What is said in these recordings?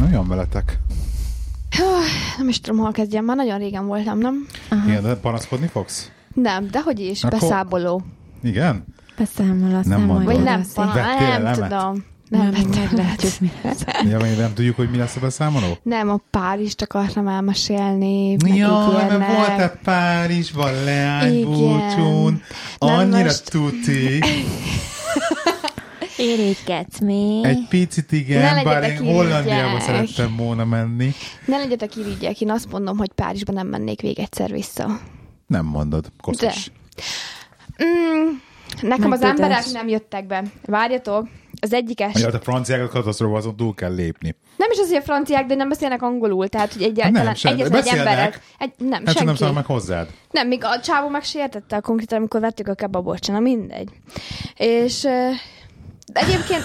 Na, mi van veletek? Nem is tudom, hol kezdjem. Már nagyon régen voltam, nem? Igen, de panaszkodni fogsz? Nem, dehogy is. Akkor... Beszámoló. Igen? Beszámoló, azt nem mondod. Vagy nem, Vettél nem tudom. Nem meglátjuk, mi lesz. Ja, nem tudjuk, hogy mi lesz a beszámoló? Nem, a Párizst akartam elmesélni. Ja, mert volt-e Párizsban leánybúcsún? Annyira most... tuti. Érigykedsz még. Egy picit igen, bár én Hollandiába szerettem volna menni. Ne legyetek irigyek, én azt mondom, hogy Párizsba nem mennék még egyszer vissza. Nem mondod, koszos. Nekem Megtudás. az emberek nem jöttek be. Várjatok, az egyikes... Ja, a franciákat katasztrófa, azon túl kell lépni. Nem is az, hogy a franciák, de nem beszélnek angolul, tehát hogy egyáltalán egyetlen egy emberek... Nem, hát senki. nem szól meg hozzád. Nem, még a csávó megsértette a konkrétan, amikor vettük a kebabot, na mindegy. És... egyébként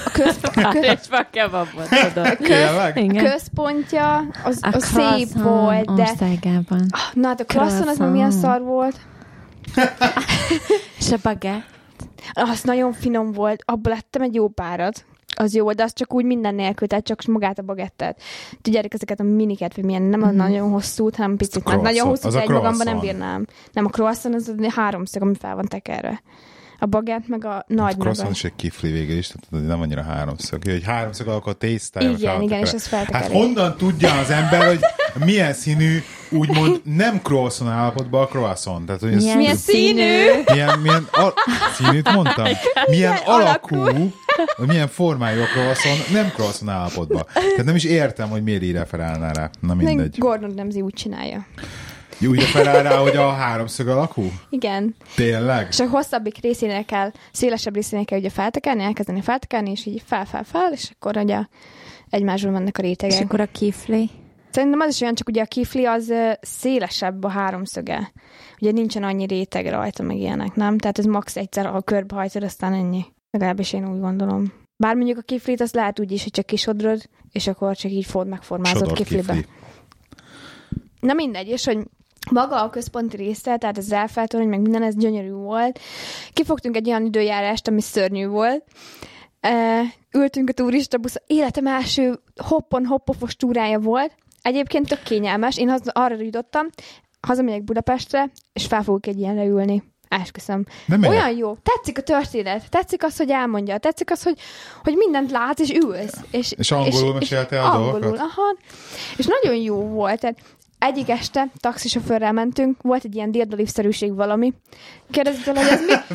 a központja az szép volt, de... Országában. Na hát a croissant az már milyen szar volt. És a baguette? Az nagyon finom volt. Abba lettem egy jó párat. Az jó volt, de az csak úgy minden nélkül, tehát csak magát a bagettet. Tudjátok, ezeket a miniket, vagy milyen, nem nagyon hosszú, hanem picit. Mert nagyon hosszú, hogy egy magamban nem bírnám. Nem, a croissant az a háromszög, ami fel van tekerve. A bagett, meg a nagy a croissant is egy kifli végül is, tehát nem annyira háromszög. Hogy háromszög akkor tésztája. Igen, és ez feltekerik. Hát honnan tudja az ember, hogy milyen színű, úgymond nem croissant állapotban a croissant? Tehát, hogy milyen színű? Színűt mondtam? Milyen alakú, milyen formájú a croissant, nem croissant állapotban. Tehát nem is értem, hogy miért így referálnál rá. Na mindegy. Gordon Ramsay úgy csinálja. Úgy referál rá, hogy a háromszög alakú? Igen. Tényleg? És a hosszabbik részénél kell, szélesebb részénél kell ugye feltekerni, elkezdeni feltekerni, és így fel, és akkor ugye egymásból mennek a rétegek. És akkor a kifli? Szerintem az is olyan, csak ugye a kifli az szélesebb a háromszöge. Ugye nincsen annyi réteg rajta, meg ilyenek, nem? Tehát ez max egyszer, ha körbehajtod, aztán ennyi. Legalábbis én úgy gondolom. Bár mondjuk a kiflit, az lehet úgy is, hogy csak kisodrod, és akkor csak így megformázod kiflibe. Kifli. Na mindegy, és hogy maga a központi része, tehát az Eiffel-torony, meg minden, ez gyönyörű volt. Kifogtunk egy olyan időjárást, ami szörnyű volt. Ültünk a turistabuszon. Életem első hoppofos túrája volt. Egyébként tök kényelmes. Én arra jutottam, hazamegyek Budapestre, és fel fogok egy ilyenre ülni. Esküszöm. Olyan jó. Tetszik a történet. Tetszik az, hogy elmondja. Tetszik az, hogy mindent látsz, és ülsz. És angolul mesélte a dolgokat? Angolul, aha. És nagyon jó volt. Tehát egyik este taxisofőrrel mentünk, volt egy ilyen diadalívszerűség valami. Kérdezzük el, hogy ez mi?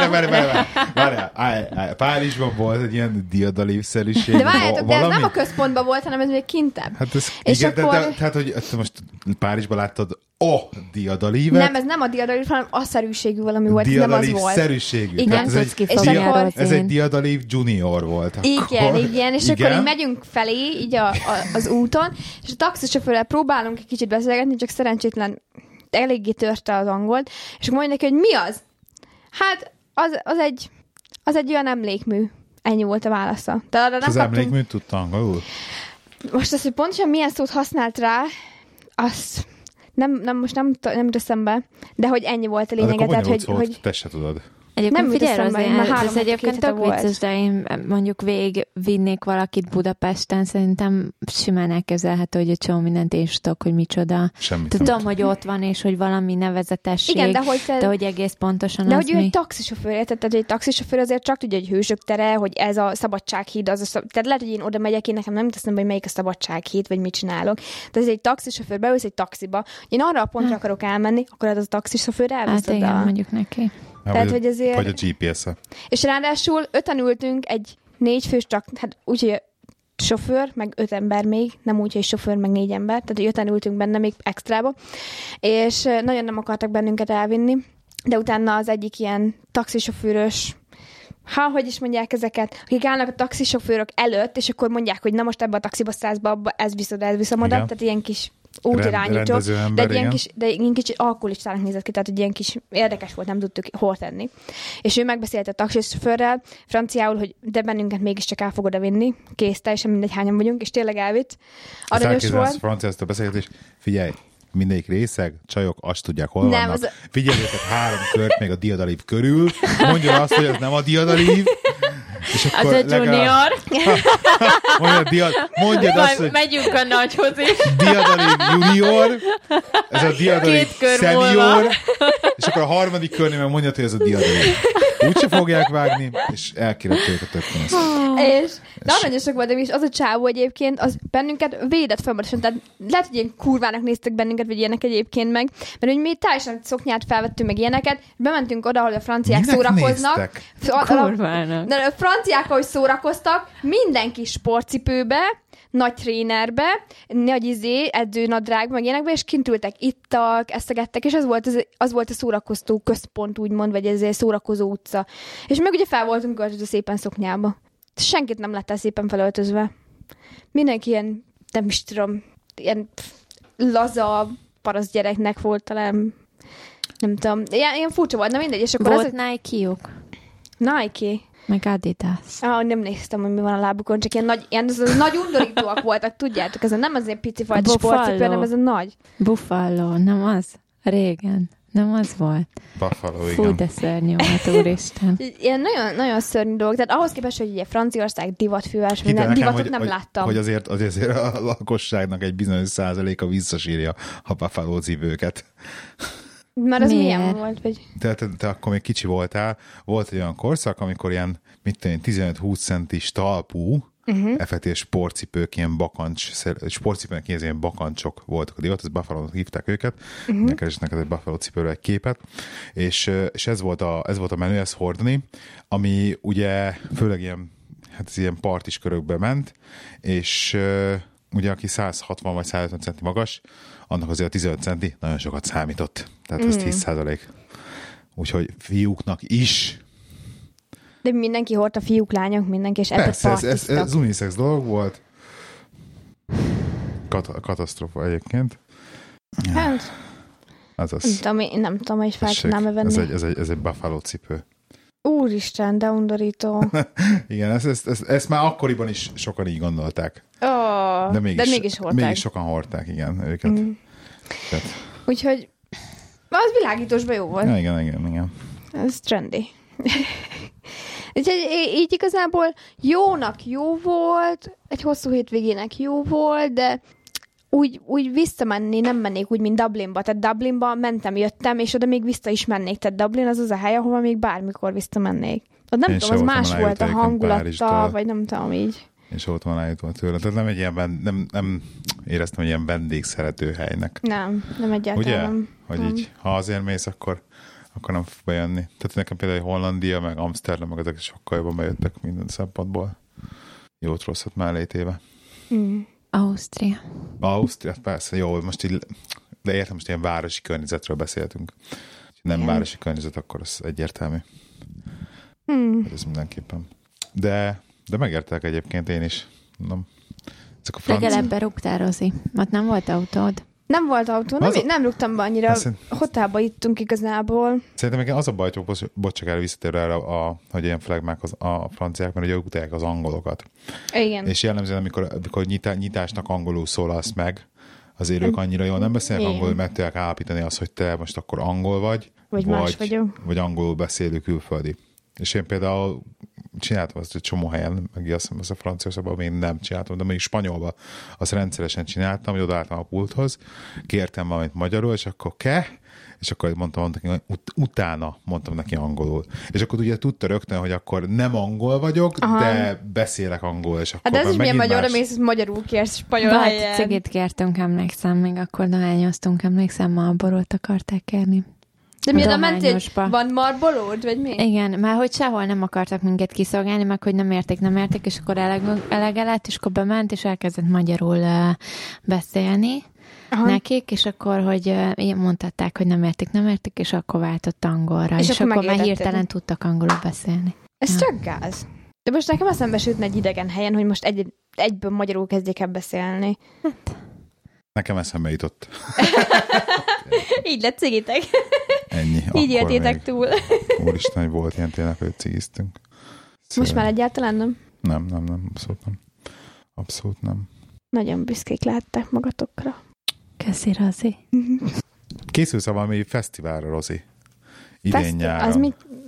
Várjál. Párizsban volt egy ilyen diadalívszerűség. De várjátok, de ez nem a központban volt, hanem ez még kintebb. Hát ez, és igen, akkor... tehát, hogy most Párizsban láttad a diadalívet? Nem, ez nem a diadalív, hanem a szerűségű valami volt, nem az volt. Szerűségű. Igen, ez egy diadalív junior volt. Igen, és akkor így megyünk felé, így az úton, és a taxisofőrrel próbálunk egy kicsit beszélgetni, csak szerencsétlen eléggé törte az angolt, és akkor mondja neki, hogy mi az? Hát, az egy olyan emlékmű. Ennyi volt a válasza. De arra nem az emlékműt tudta angolul? Most azt, hogy pontosan milyen szót használt rá, azt most nem jut eszembe, de hogy ennyi volt a lényege. Tehát, hogy te se tudod. Egyébként nem figyelj, ez egyébként tök vicces, de én mondjuk vinnék valakit Budapesten, szerintem simán elképzelhető, hogy egy csomó mindent én is tudok, hogy micsoda. Tudom, hogy ott van, és hogy valami nevezetesség, igen, de hogy egész pontosan de az mi. De hogy ő egy taxisofőr, érted? Tehát egy taxisofőr azért csak tudja, hogy Hősök tere, hogy ez a Szabadsághíd, tehát lehet, hogy én oda megyek, én nekem nem teszem, hogy melyik a Szabadsághíd, vagy mit csinálok. Tehát ez egy taxisofőr, beülsz egy taxiba, én arra a pontra akarok elmenni, akkor az a taxisofőr elvesz oda. Igen, mondjuk neki. Tehát, hogy ezért... Vagy a GPS-e. És ráadásul 5-en ültünk egy 4 fős hát úgyhogy sofőr, meg 5 ember még, nem úgy, hogy sofőr, meg 4 ember, tehát 5-en ültünk benne még extrába, és nagyon nem akartak bennünket elvinni, de utána az egyik ilyen taxisofőrös, hogy is mondják ezeket, akik állnak a taxisofőrök előtt, és akkor mondják, hogy na most ebbe a taxiba szállsz be, ez viszem oda, tehát ilyen kis útirányító, de ilyen kicsit alkoholistának nézett ki, tehát egy ilyen kis érdekes volt, nem tudtuk hol tenni. És ő megbeszélt a taxisofőrrel franciául, hogy de bennünket mégiscsak el fog oda vinni, kész, teljesen mindegy, hányan vagyunk, és tényleg elvitt. Aranyos volt. Franciáztól beszélgetés, figyelj, mindegyik részeg, csajok azt tudják, hol vannak. Figyeljétek 3 kört még a diadalív körül, mondja azt, hogy ez nem a diadalív, És akkor az a junior. Mondjad azt, hogy megyünk a nagyhoz is. Diadalin junior, ez a Diadalin senior, és akkor a harmadik körnél meg mondjad, hogy ez a Diadalin. Úgyse fogják vágni, és elkérett őket több pénzt. És aranyosok voltak is, az a csávó egyébként, az bennünket védett folyamatosan, tehát lehet, hogy ilyen kurvának néztek bennünket, vagy ilyenek egyébként meg, mert hogy mi teljesen szoknyát felvettünk meg ilyeneket, bementünk oda, ahol a franciák minek szórakoznak. Kurvának. De a franciák, ahogy szórakoztak, mindenki sportcipőbe, nagy trénerbe, nagy edzőnadrágba, meg ilyenekbe, és kint ültek, ittak, eszegettek, és az volt a szórakoztó központ, úgymond, vagy ez szórakozó utca. És meg ugye fel voltunk öltözve szépen szoknyába. Senkit nem láttál szépen felöltözve. Mindenki ilyen, nem is tudom, ilyen laza paraszt gyereknek volt talán, nem tudom, ilyen furcsa volt, na mindegy. És akkor volt Nike-juk? Nike? Meg Adidas. Nem néztem, hogy mi van a lábukon, csak ilyen nagy undorítóak voltak, tudjátok, ez nem az ilyen pici fajta sportcipő, hanem ez a nagy. Buffalo, nem az? Régen. Nem az volt. Buffalo, igen. Fú, de szörnyű volt, úristen. Ilyen nagyon, nagyon szörnyű dolog. Tehát ahhoz képest, hogy ugye Franciaország divatfűvás, minden divatot nem láttam. Hogy azért a lakosságnak egy bizonyos százaléka visszasírja a Buffalo cipőket. Mert az milyen volt? Vagy? Te akkor még kicsi voltál. Volt egy olyan korszak, amikor ilyen, 15-20 centis talpú, effektív sportcipők, ilyen bakancs, sportcipőnek ilyen bakancsok voltak a divat, ez Buffalo-nak hívták őket, neked egy Buffalo cipőről egy képet, és ez volt a menü, ezt hordani, ami ugye főleg ilyen, hát ez ilyen partis körökbe ment, és ugye aki 160 vagy 150 centi magas, annak azért a 15 centi nagyon sokat számított. Tehát ez 10%. Úgyhogy fiúknak is. De mindenki hordta, fiúk, lányok, mindenki, és ebben partiztak. Ez unisex dolog volt. Katasztrófa egyébként. Hát, azaz. Nem tudom, hogy fel tudnám venni. Ez egy Buffalo cipő. Úristen, de undorító. Igen, ezt már akkoriban is sokan így gondolták. De mégis hordták. Mégis sokan hordták, igen, őket. Tehát. Úgyhogy az világítósban jó volt. Ja, igen. Ez trendy. Úgyhogy így igazából jónak jó volt, egy hosszú hétvégének jó volt, de úgy visszamenni nem mennék úgy, mint Dublinba. Tehát Dublinba mentem, jöttem, és oda még vissza is mennék. Tehát Dublin az a hely, ahova még bármikor visszamennék. Nem én tudom, az más volt a hangulata, vagy nem tudom így. És ott van eljutva tőle. Tehát nem egy ilyen, nem éreztem egy ilyen vendégszerető helynek. Nem egyáltalán. Ugye? Nem. Hogy így, ha azért mész, akkor nem fog bejönni. Tehát nekem például Hollandia, meg Amsterdam, meg ezek sokkal jobban bejöttek minden szempontból. Jót rosszat mellétéve. Ausztria, persze, jó, most így, de értem, most ilyen városi környezetről beszéltünk. Nem városi környezet, akkor az egyértelmű. Ez mindenképpen. De megértek egyébként én is. Nem. Legalább berúgtál, Rozi. Mert nem volt autód. Nem volt autó, nem rúgtam be annyira. Hotelba ittunk igazából. Szerintem az a baj, hogy bocsánat, visszatérve erre, hogy ilyen flegmák a franciák, mert ugye utálják az angolokat. Igen. És jellemzően, amikor nyitásnak angolul szólalsz meg, azért ők annyira jól nem beszélnek angolul, mert tudják állapítani azt, hogy te most akkor angol vagy más vagyok. Vagy angolul beszélő külföldi. És én például csináltam azt egy csomó helyen, meg azt hiszem, a Franciaországban még nem csináltam, de még spanyolban azt rendszeresen csináltam, hogy odaálltam a pulthoz, kértem valamit magyarul, és akkor és akkor mondtam neki, utána mondtam neki angolul. És akkor ugye tudta rögtön, hogy akkor nem angol vagyok, de beszélek angol, és akkor de ez is milyen magyarra mész, magyarul kérsz spanyol helyen. Cigit kértünk, emlékszem, még akkor dohányoztunk, emlékszem, Marlborot akarták kérni. De mi oda mentél, van Marlborod, vagy mi? Igen, már hogy sehol nem akartak minket kiszolgálni, meg hogy nem érték, és akkor elege lett, és akkor bement, és elkezdett magyarul beszélni nekik, és akkor, hogy mondtatták, hogy nem értik, és akkor váltott angolra, és akkor már hirtelen tudtak angolul beszélni. Ez csak gáz. De most nekem eszembe sütne egy idegen helyen, hogy most egyből magyarul kezdjék el beszélni. Hát. Nekem eszembe jutott. Így lett cigitek. Ennyi. Így éltétek túl. Úristen, hogy volt ilyen tényleg, hogy cigiztünk. Most már egyáltalán nem? Nem, abszolút nem. Abszolút nem. Nagyon büszkék lehettek magatokra. Köszi, Rozi. Készülsz a valami fesztiválra, Rozi? Idén nyáron. Az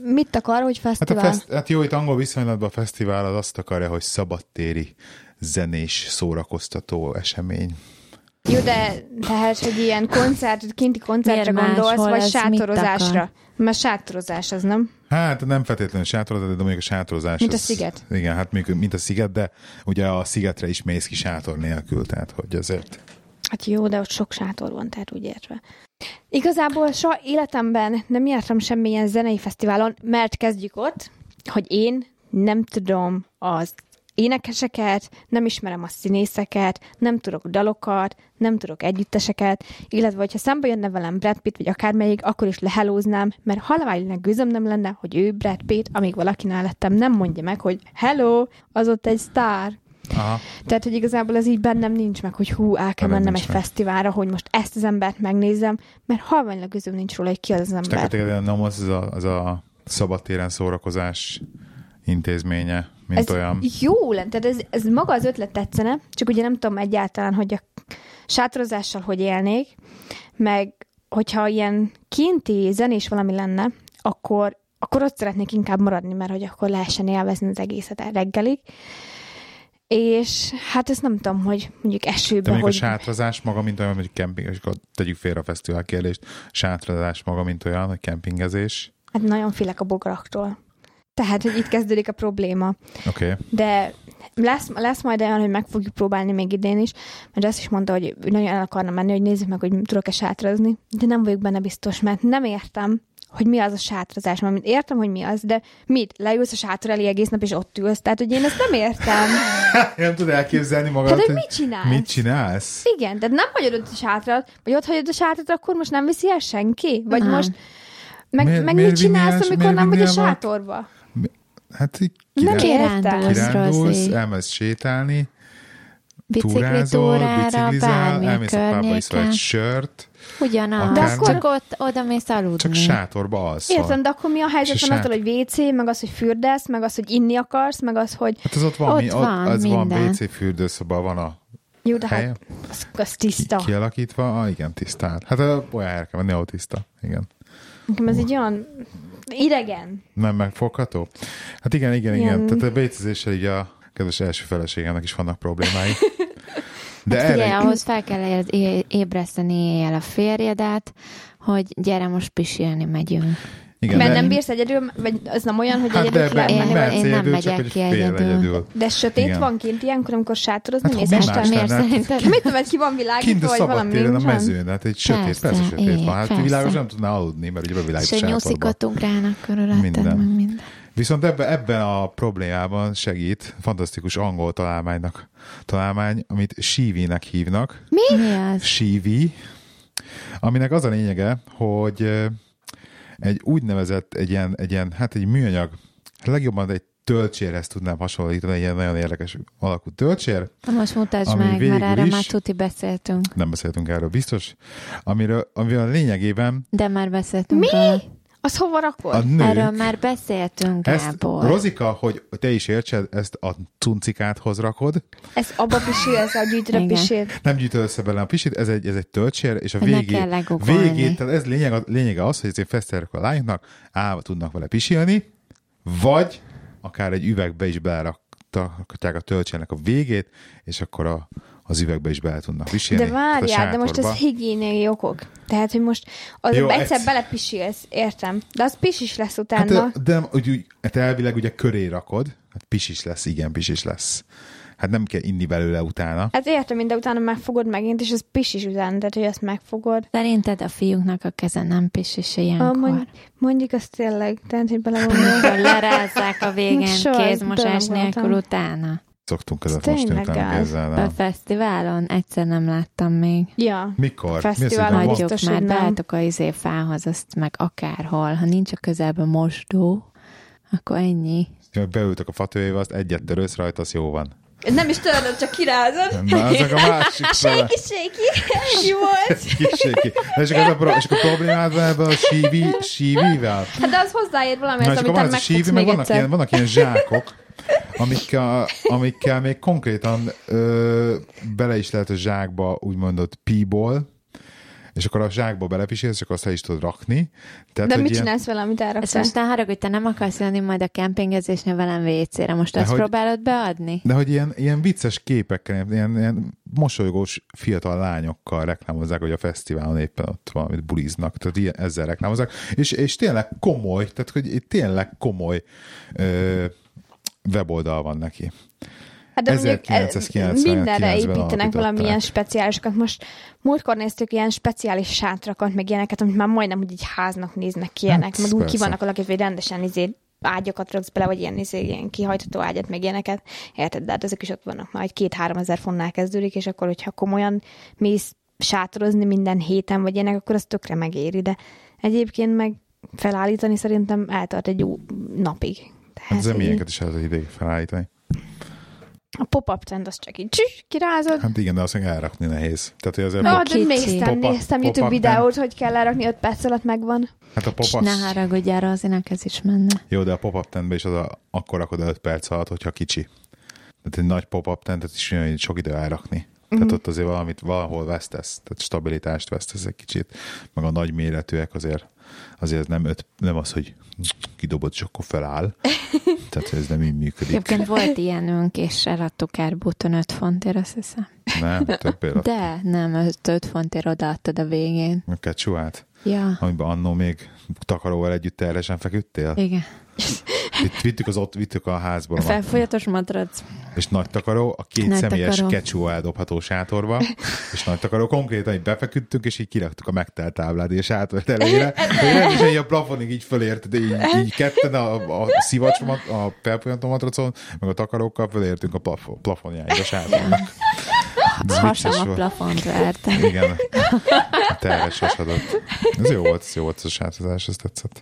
mit akar, hogy fesztivál? Hát jó, itt angol viszonylatban a fesztivál az azt akarja, hogy szabadtéri zenés szórakoztató esemény. Jó, de tehát, hogy ilyen kinti koncertre gondolsz, vagy sátorozásra? Mert sátorozás az, nem? Hát nem feltétlenül sátorozás, de mondjuk a sátorozás. Mint a Sziget. Igen, hát mint a Sziget, de ugye a Szigetre is mész ki sátor nélkül, tehát hogy azért. Hát jó, de ott sok sátor van, tehát úgy értve. Igazából soha életemben nem jártam semmilyen zenei fesztiválon, mert kezdjük ott, hogy én nem tudom az énekeseket, nem ismerem a színészeket, nem tudok dalokat, nem tudok együtteseket, illetve hogyha szembe jönne velem Brad Pitt, vagy akármelyik, akkor is lehelóznám, mert halványlag gőzöm nem lenne, hogy ő Brad Pitt, amíg valaki mellettem nem mondja meg, hogy hello, az ott egy sztár. Aha. Tehát, hogy igazából az így bennem nincs meg, hogy el kell mennem egy fesztiválra, hogy most ezt az embert megnézzem, mert halványlag gőzöm nincs róla, hogy ki az ember. És neked nem az a szabadtéren szórakozás intézménye, mint ez olyan. Jó lenne, tehát ez maga az ötlet tetszene, csak ugye nem tudom egyáltalán, hogy a sátorozással hogy élnék, meg hogyha ilyen kinti zenés valami lenne, akkor ott szeretnék inkább maradni, mert hogy akkor lehessen élvezni az egészet reggelig. És hát ezt nem tudom, hogy mondjuk esőben, de még a sátrozás maga, mint olyan, hogy kemping, és akkor tegyük félre a fesztivál kérdést, sátrozás maga, mint olyan, hogy kempingezés. Hát nagyon félek a bogaraktól. Tehát, hogy itt kezdődik a probléma. Okay. De lesz majd olyan, hogy meg fogjuk próbálni még idén is, mert azt is mondta, hogy nagyon el akarna menni, hogy nézzük meg, hogy tudok-e sátrazni, de nem vagyok benne biztos, mert nem értem, hogy mi az a sátrozás. Mert értem, hogy mi az, de mit? Leülsz a sátor elé egész nap, és ott ülsz. Tehát, hogy én ezt nem értem. Nem tud elképzelni magad. Hát, hogy mit csinálsz? Mit csinálsz? Igen, de nem hagyod ott a sátrat, vagy ott hagyod a sátrat, akkor most nem viszi el senki? Vagy most... Meg mit csinálsz, amikor nem vagy a sátorba? Hát kirándulsz, elmész sétálni, biciklitúrára, bármi elmész a párba, iszol egy sört. Ugyanaz, de akkor csak ott oda mész aludni. Csak sátorba alszol. Értem, de akkor mi a helyzet van attól, hogy WC, meg az, hogy fürdesz, meg az, hogy inni akarsz, meg az, hogy... Hát az ott van, van WC, fürdőszoba, van a jó, de helye. Hát az tiszta. Kialakítva, igen, tiszta. Hát olyan helyre kell venni, ahol tiszta, igen. Nekem ez egy olyan idegen. Nem megfogható? Hát igen. Tehát a vécézéssel így a kedves első feleségemnek is vannak problémái. De hát figyelj, ahhoz fel kell ébreszteni éjjel a férjedet, hogy gyere, most pisilni megyünk. Igen, mert nem bírsz egyedül, vagy az nem olyan, hogy egyedül kell menni? Én nem megyek ki egyedül. De sötét igen. Van kint ilyenkor, amikor sátorozni hát, mész este? Miért szerinted? Mit tudom, ki van világítva, vagy valami nincsen? Kint a szabadtéren, hát egy sötét, persze sötét van. Hát világos nem tudná aludni, mert ugye bevilágít a sátorba. És nyúszikottunk rának körülötted, meg minden. Viszont ebben a problémában segít fantasztikus angol találmány, amit Shivi-nek hívnak. Mi az? Shivi, aminek az a lényege, hogy egy úgynevezett, egy műanyag, legjobban egy töltsérhez tudnám hasonlítani, egy ilyen nagyon érdekes alakú töltsér. Most mutasd meg, mert erre már tuti beszéltünk. Nem beszéltünk erről, biztos. Amivel lényegében... De már beszéltünk. Mi? Az hova rakod? Erről már beszéltünk, Gábor. Rozika, hogy te is értsed, ezt a cuncikádhoz rakod. Ez abba pisil, ez a gyűjtőre pisil. Nem gyűjtöd össze bele a pisit, ez egy töltsér, és a végét, tehát ez lényege az, hogy ezért feszteljük a lányoknak, állva tudnak vele pisilni, vagy akár egy üvegbe is belerakják a töltsérnek a végét, és akkor az üvegbe is bele tudnak pisilni. De várjál, de most ez higiéniai okok. Tehát, hogy most egyszer belepisilsz, értem. De az pisis lesz utána. Hát, de hát elvileg ugye köré rakod, hát pisis lesz, igen, pisis lesz. Hát nem kell inni belőle utána. Hát értem, de utána megfogod megint, és az pisis utána, tehát, hogy ezt megfogod. Szerinted a fiúknak a keze nem pisis ilyenkor? Mondjuk azt tényleg, tehát, hogy belegondolok. Lerázzák a végén kézmosás nélkül utána. Szoktunk ezzel most nem a fesztiválon egyszer nem láttam még. Ja. Mikor? Fesztiválon biztos, már beálltok a fához, azt meg akárhol. Ha nincs a közelben mosdó, akkor ennyi. Beültök a fatőjével, azt egyet törősz rajta, az jó van. Nem is töröd, csak kirázod. Na, azok a másik fele. Shaky volt. És akkor problémád van ebben a sívivel? Hát de az hozzáér valamihez, amit nem megfogsz még egyszer. Vannak ilyen zsákok, amikkel még konkrétan bele is lehet a zsákba úgymondott píból, és akkor a zsákba belepisélsz, és akkor azt el is tudod rakni. Tehát, de mit csinálsz vele, amit elraktál? Ezt most ne haragudj, te nem akarsz jönni majd a kempingezésnél velem WC-re. Most azt próbálod beadni? De hogy ilyen vicces képekkel, ilyen mosolygós fiatal lányokkal reklámozzák, hogy a fesztiválon éppen ott valamit buliznak. Tehát ezzel reklámozzák. És tényleg komoly, tehát hogy tényleg komoly weboldal van neki. Hát de mondjuk mindenre építenek valamilyen speciálisokat. Most múltkor néztük ilyen speciális sátrakat, meg ilyeneket, amit már majdnem úgy így háznak néznek ki ilyenek, hát, meg úgy ki vannak alakítva, hogy rendesen ágyakat raksz bele, vagy ilyen kihajtható ágyat, meg ilyeneket. Érted? De hát ezek is ott vannak már, 2-3 ezer fontnál kezdődik, és akkor, hogyha komolyan mész sátorozni minden héten, vagy ilyenek, akkor az tökre megéri. De egyébként meg felállítani szerintem eltart egy jó napig. Hát ez milyenket is el az ideig felállítani? A pop-up tent, az csak így kirázod. Hát igen, de azt meg elrakni nehéz. Tehát, hogy azért néztem YouTube videót, hogy kell elrakni, 5 perc alatt megvan. Hát a pop-up... Ne haragudj, arra azért neked is menne. Jó, de a pop-up tentbe is akkor rakod 5 perc alatt, hogyha kicsi. Tehát egy nagy pop-up tentet is sok idő elrakni. Tehát ott azért valahol vesztesz, tehát stabilitást vesztesz egy kicsit. Meg a nagy méretűek azért nem az, hogy kidobod, és akkor feláll. Tehát ez nem így működik. Egyébként volt ilyenünk, és eladtuk Airbooton 5 fontért, azt hiszem. Nem, többért. De nem, 5 fontért odaadtad a végén. A kecsúát? Ja. Amiben annó még takaróval együtt teljesen feküdtél? Igen. Vittük a házból. A felfolyatos matrac. És nagy takaró, a 2 nagy személyes takaró. Kecsú eldobható sátorba, és nagy takaró, konkrétan így befeküdtünk, és így kiraktuk a megtelt táblát, és átvet elejére, hogy rendesen így a plafonig így fölért, de így ketten a szivacsmat, a felfolyató matracon, meg a takarókkal fölértünk a plafonjáig a sátornak. Hasam a plafont vertem. Igen, a terhes hasadott. Ez jó volt ez a sátozás, ez tetszett.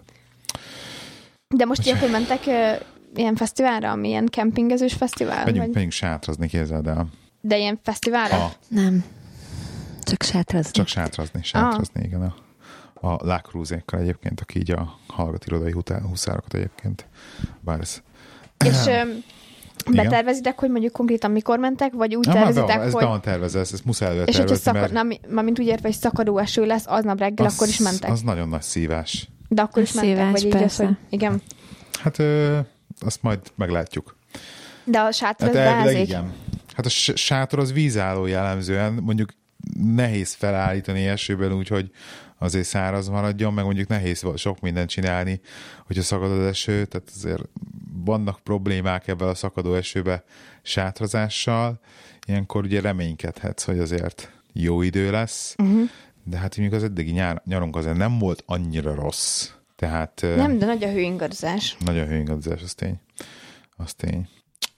De most ilyenkor mentek ilyen fesztiválra, ami ilyen kempingezős fesztivál? Megyünk sátrazni, képzeld el. De ilyen fesztiválra? Nem. Csak sátrazni. Csak sátrazni, igen. A La Cruzékkal egyébként, aki így a hallgat irodai huszárokat egyébként. Bár ez... És betervezitek, hogy mondjuk konkrétan mikor mentek, vagy úgy tervezitek, hogy... Ez be van tervezve, ezt muszáj előre tervezni, mint úgy értve, hogy szakadó eső lesz, aznap reggel, akkor is mentek. Az nagyon nagy szívás. De akkor is mentek, vagy így az, hogy... Igen. Hát azt majd meglátjuk. De a sátor az beázik? Igen. Hát a sátor az vízálló jellemzően, mondjuk nehéz felállítani esőben úgy, hogy azért száraz maradjon, meg mondjuk nehéz sok mindent csinálni, hogyha szakad az eső, tehát azért vannak problémák ebben a szakadó esőbe sátrazással, ilyenkor ugye reménykedhetsz, hogy azért jó idő lesz, de hát mondjuk az eddigi nyarunk azért nem volt annyira rossz. Tehát, nem, de nagy a hőingadozás. Nagy a hőingadozás, az tény.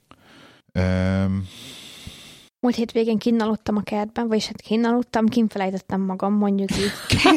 Múlt hétvégén kinnaludtam a kertben, vagyis hát kinnaludtam, kinfelejtettem magam, mondjuk így.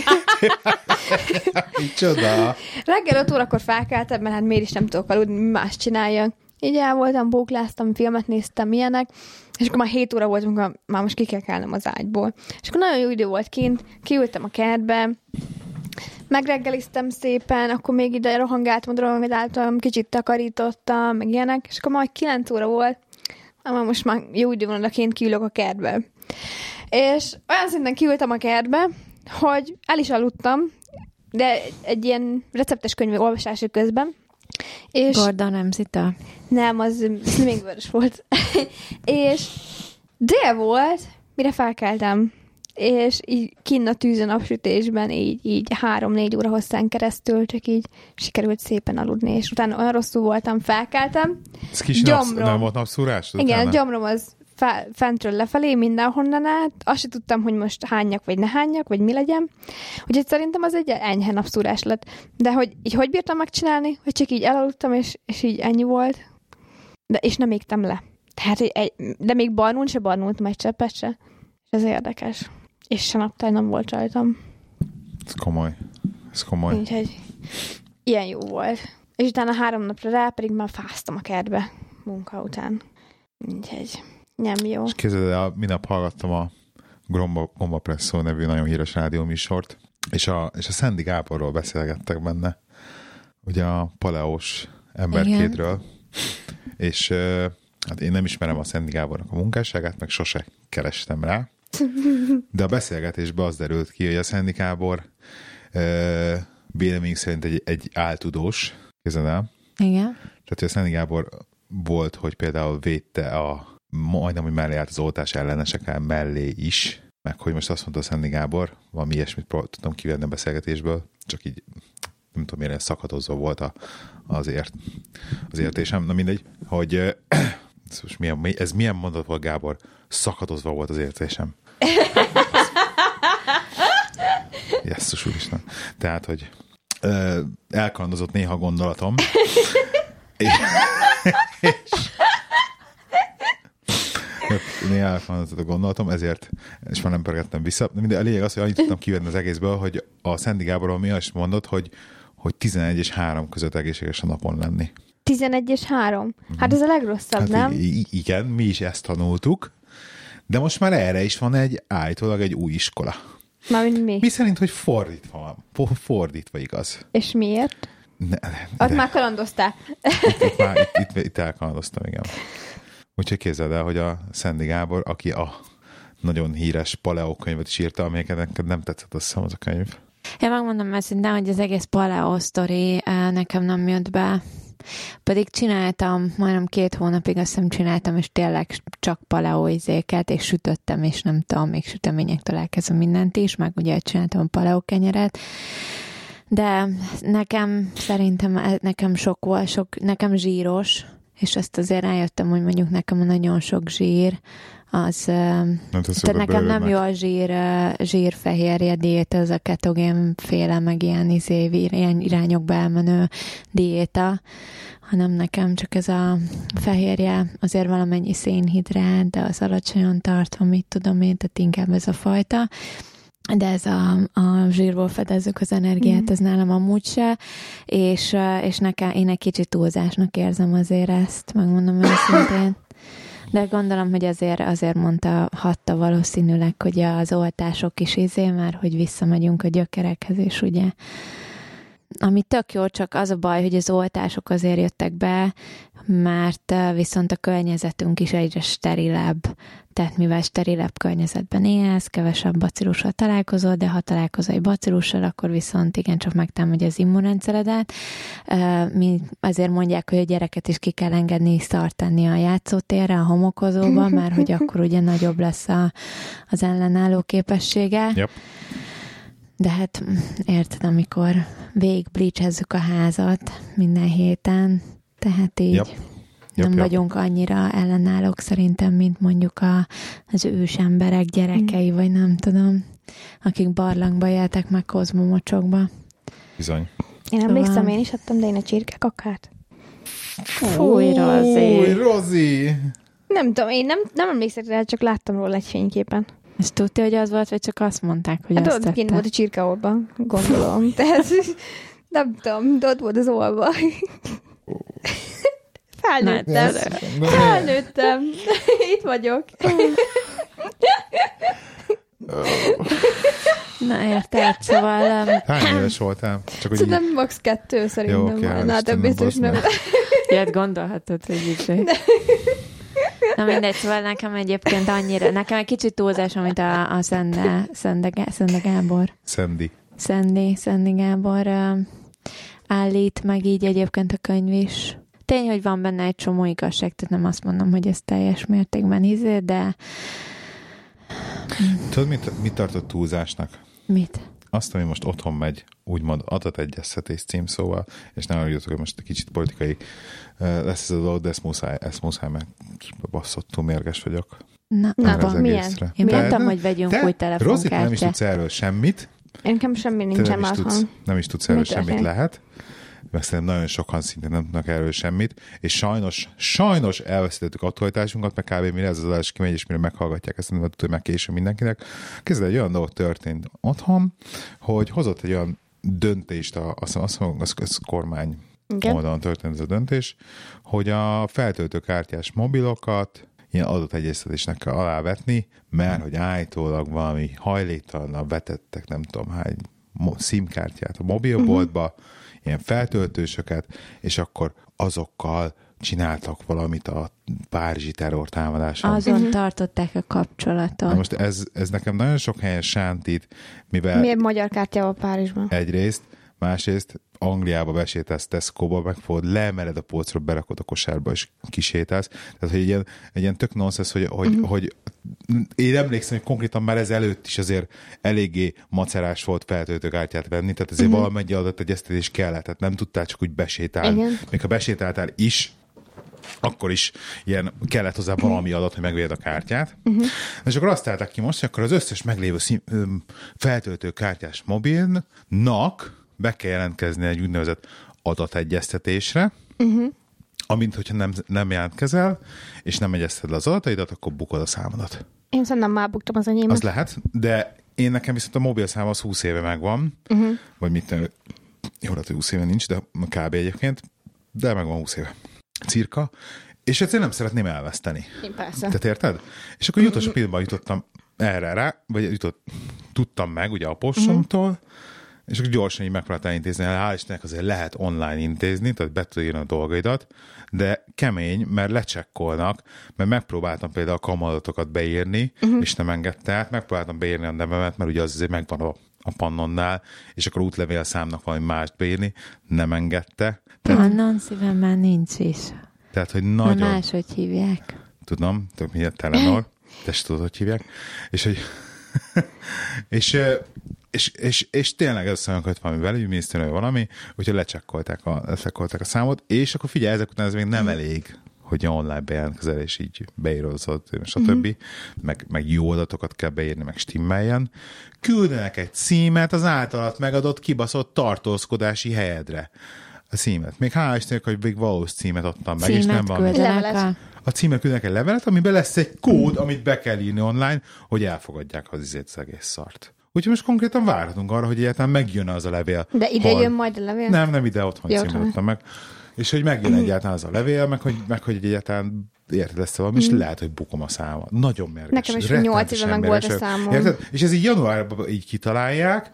Micsoda! Reggel 5 órakor felkeltem, mert hát miért is nem tudok aludni, mi más csináljak. Így el voltam, bókláztam, filmet néztem, ilyenek, és akkor már 7 óra volt, amikor már most ki kell kelnem az ágyból. És akkor nagyon jó idő volt kint, kiültem a kertbe, megreggeliztem szépen, akkor még ide rohangáltam, kicsit takarítottam, meg ilyenek, és akkor majd 9 óra volt, most már jó idő van, odakint kiülök a kertbe. És olyan szinten kiültem a kertbe, hogy el is aludtam, de egy ilyen receptes könyv olvasása közben. És Gordon Ramsay-től? Nem, az még vörös volt. És dél volt, mire felkeltem. És így kinn a tűzön napsütésben, így 3-4 óra hosszán keresztül, csak így sikerült szépen aludni, és utána olyan rosszul voltam, felkeltem. Ez kis nem volt napszúrás? Igen, a gyomrom az fentről lefelé, mindenhonnan át. Azt sem tudtam, hogy most hányak, vagy ne hányak, vagy mi legyen. Úgyhogy szerintem az egy enyhe napszúrás lett. De hogy bírtam megcsinálni, hogy csak így elaludtam, és így ennyi volt. És nem égtem le. Tehát, de még barnultam egy cseppet se. És ez érdekes. És se naptály nem volt rajtam. Ez komoly. Úgyhogy ilyen jó volt. És utána 3 napra rá pedig már fáztam a kertbe munka után. Úgyhogy nem jó. És képzeld el, minap hallgattam a Gomba Presszó nevű nagyon híres rádióműsort, és a Szendi Gáborról beszélgettek benne, ugye a paleós emberkédről. És hát én nem ismerem a Szendi Gábornak a munkásságát, meg sose kerestem rá. De a beszélgetésben az derült ki, hogy a Szendi Gábor véleményünk szerint egy áltudós, képzeld el. Igen. Tehát, hogy a Szendi Gábor volt, hogy például védte majdnem, hogy mellé állt az oltás ellenesek mellé is, meg hogy most azt mondta a Szendi Gábor, valami ilyesmit tudtam kivenni a beszélgetésből, csak így nem tudom, miért szakadozva volt az értésem. Na mindegy, hogy ez milyen mondat volt, Gábor? Szakadozva volt az értésem. Jesszus úristen. Tehát, hogy elkalandozott néha gondolatom. Néha elkalandozott a gondolatom, ezért, és már nem pörgettem vissza. De a lényeg az, hogy annyit tudtam kivenni az egészből, hogy a Szendi Gáborról mi azt mondott, hogy 11 és 3 között egészséges a napon lenni. 11 és 3? Hát ez a legrosszabb, hát nem? Igen, mi is ezt tanultuk, de most már erre is van állítólag egy új iskola. Mármint mi? Mi szerint, hogy fordítva van. Fordítva igaz. És miért? Ott már kalandoztál. Itt elkalandoztam, igen. Úgyhogy képzeld el, hogy a Szendi Gábor, aki a nagyon híres Paleo könyvet is írta, amelyeket neked nem tetszett, azt hiszem, az a könyv. Én megmondom őszintén, hogy az egész Paleo sztori nekem nem jött be. Pedig csináltam, majdnem 2 hónapig azt hiszem csináltam, és tényleg csak paleo izéket, és sütöttem, és nem tudom, még süteményektől elkezdve mindent is, meg ugye csináltam a paleo kenyeret. De nekem szerintem nekem sok volt, nekem zsíros, és ezt azért rájöttem, hogy mondjuk nekem a nagyon sok zsír, az, tehát nekem nem jó a zsírfehérje diéta, ez a ketogénféle, meg ilyen irányokba elmenő diéta, hanem nekem csak ez a fehérje, azért valamennyi szénhidrát, de az alacsonyan tartva, mit tudom én, tehát inkább ez a fajta. De ez a zsírból fedezzük az energiát, ez nálam amúgy se, és én egy kicsit túlzásnak érzem azért ezt, megmondom őszintén. De gondolom, hogy azért hatta valószínűleg, hogy az oltások is már, hogy visszamegyünk a gyökerekhez, és ugye ami tök jó, csak az a baj, hogy az oltások azért jöttek be, mert viszont a környezetünk is egyre sterilebb. Tehát mivel sterilebb környezetben élsz, kevesebb bacillussal találkozol, de ha találkozol egy bacillussal, akkor viszont igencsak megtámadja az immunrendszeredet. Azért mondják, hogy a gyereket is ki kell engedni, szart tenni a játszótérre, a homokozóba, mert hogy akkor ugye nagyobb lesz az ellenálló képessége. Yep. De hát érted, amikor végig-bleachezzük a házat minden héten, tehát így nem vagyunk annyira ellenállók szerintem, mint mondjuk az ős emberek gyerekei, vagy nem tudom, akik barlangba éltek meg kozmomocsokba. Bizony. Én emlékszem, én is adtam, de én a csirkekakát. Fúj, Rozi! Nem tudom, én nem emlékszem rá, csak láttam róla egy fényképen. És tudta, hogy az volt, vagy csak azt mondták, hogy azt tette? Hát kint volt a csirkeolban, gondolom. Tehát nem tudom, de ott volt az olva. Felnőttem. Itt vagyok. Na érted, szóval... Hány éves voltál? Szerintem max. 2 szerintem. Jó, okay, na, de biztos nem. Ilyet gondolhatod, hogy így. Na mindegy, szóval nekem egyébként annyira, nekem egy kicsit túlzás, amit a Szende Gábor. Szendi Gábor állít, meg így egyébként a könyv is. Tény, hogy van benne egy csomó igazság, tehát nem azt mondom, hogy ez teljes mértékben de... Tudod, mit tartott túlzásnak? Mit? Azt, ami most otthon megy, úgymond adategyeztetés címszóval, és nem arra hogy most egy kicsit politikai lesz ez a dolog, de ezt muszáj meg basszottul mérges vagyok. Na milyen? Én mondtam, hogy vegyünk új telefonkártyát. Rozi, nem is tudsz erről semmit. Én nekem semmi nincsen már. Nem is tudsz erről semmit, lehet. Meg szerintem nagyon sokan szintén nem tudnak erről semmit, és sajnos elveszítettük aktualitásunkat, meg kb. Mire ez az adás kimegy, és mire meghallgatják, ezt nem tudja meg később mindenkinek. Kezdve egy olyan dolog történt otthon, hogy hozott egy olyan döntést, azt mondom, az kormány oldalon történt ez a döntés, hogy a feltöltőkártyás mobilokat ilyen adategyeztetésnek kell alávetni, mert hogy állítólag valami hajléktalannal vetettek, nem tudom hány SIM-kártyát a mobilboltba, ilyen feltöltősöket, és akkor azokkal csináltak valamit a párizsi terrortámadáson. Azon tartották a kapcsolatot. Na most ez nekem nagyon sok helyen sántít, mivel... Miért magyar kártyával Párizsban? Egyrészt, másrészt Angliába besétálsz Tesco-ba, megfogod, leemeled a polcról, berakod a kosárba, és kisétálsz. Tehát, hogy egy ilyen tök nonsense, hogy én emlékszem, hogy konkrétan már ez előtt is azért eléggé macerás volt feltöltőkártyát venni, tehát azért valamennyi adategyeztetés kellett, tehát nem tudtál csak úgy besétálni. Igen. Még ha besétáltál is, akkor is ilyen kellett hozzá valami adat, hogy megvéd a kártyát. És akkor azt állták ki most, hogy akkor az összes meglévő feltöltőkártyás mobilnak be kell jelentkezni egy úgynevezett adategyeztetésre, amint, hogyha nem jelentkezel, és nem egyezted le az adataidat, akkor bukod a számodat. Én szerintem már buktam az enyémet. Az lehet, de én nekem viszont a mobilszám az 20 éve megvan, vagy mit nem, jó, hogy 20 éve nincs, de kb. Egyébként, de megvan 20 éve. Cirka, és egyszerűen nem szeretném elveszteni. Én persze. Te érted? És akkor utolsó pillanatban jutottam erre rá, vagy tudtam meg ugye a postomtól, és akkor gyorsan így megpróbáltam intézni. Hál' Istennek azért lehet online intézni, tehát be tudod írni a dolgaidat, de kemény, mert lecsekkolnak, mert megpróbáltam például a kamadatokat beírni, és nem engedte át, megpróbáltam beírni a nevemet, mert ugye az azért megvan a Pannonnál, és akkor útlevél számnak valami mást beírni, nem engedte. Pannon szívem már nincs is. Tehát, hogy nagyon... Na máshogy hívják. Tudom, tök mindjárt Telenor, te se tudod, hogy hívják. És hogy... és tényleg összejönkött valami belügyminisztérium, valami, úgyhogy lecsekkolták a számot, és akkor figyelj, ezek után ez még nem elég, hogy online bejelentkezel, és így beírozod, stb. Meg jó adatokat kell beírni, meg stimmeljen. Küldenek egy címet az általat megadott kibaszott tartózkodási helyedre. A címet. Még hál' Istennek, hogy még valós címet adtam meg, címet és nem van. A címet küldenek egy levelet, amiben lesz egy kód, amit be kell írni online, hogy elfogadják az egész szart. Úgyhogy most konkrétan várhatunk arra, hogy egyáltalán megjön az a levél. De ide jön majd a levél? Nem ide, otthon címet adtam meg. És hogy megjön egyáltalán az a levél, meg hogy egyáltalán érted ezt valami, és lehet, hogy bukom a számat. Nagyon mérges. Nekem is 8 éve meg volt a számom. Érted? És ez így januárban így kitalálják,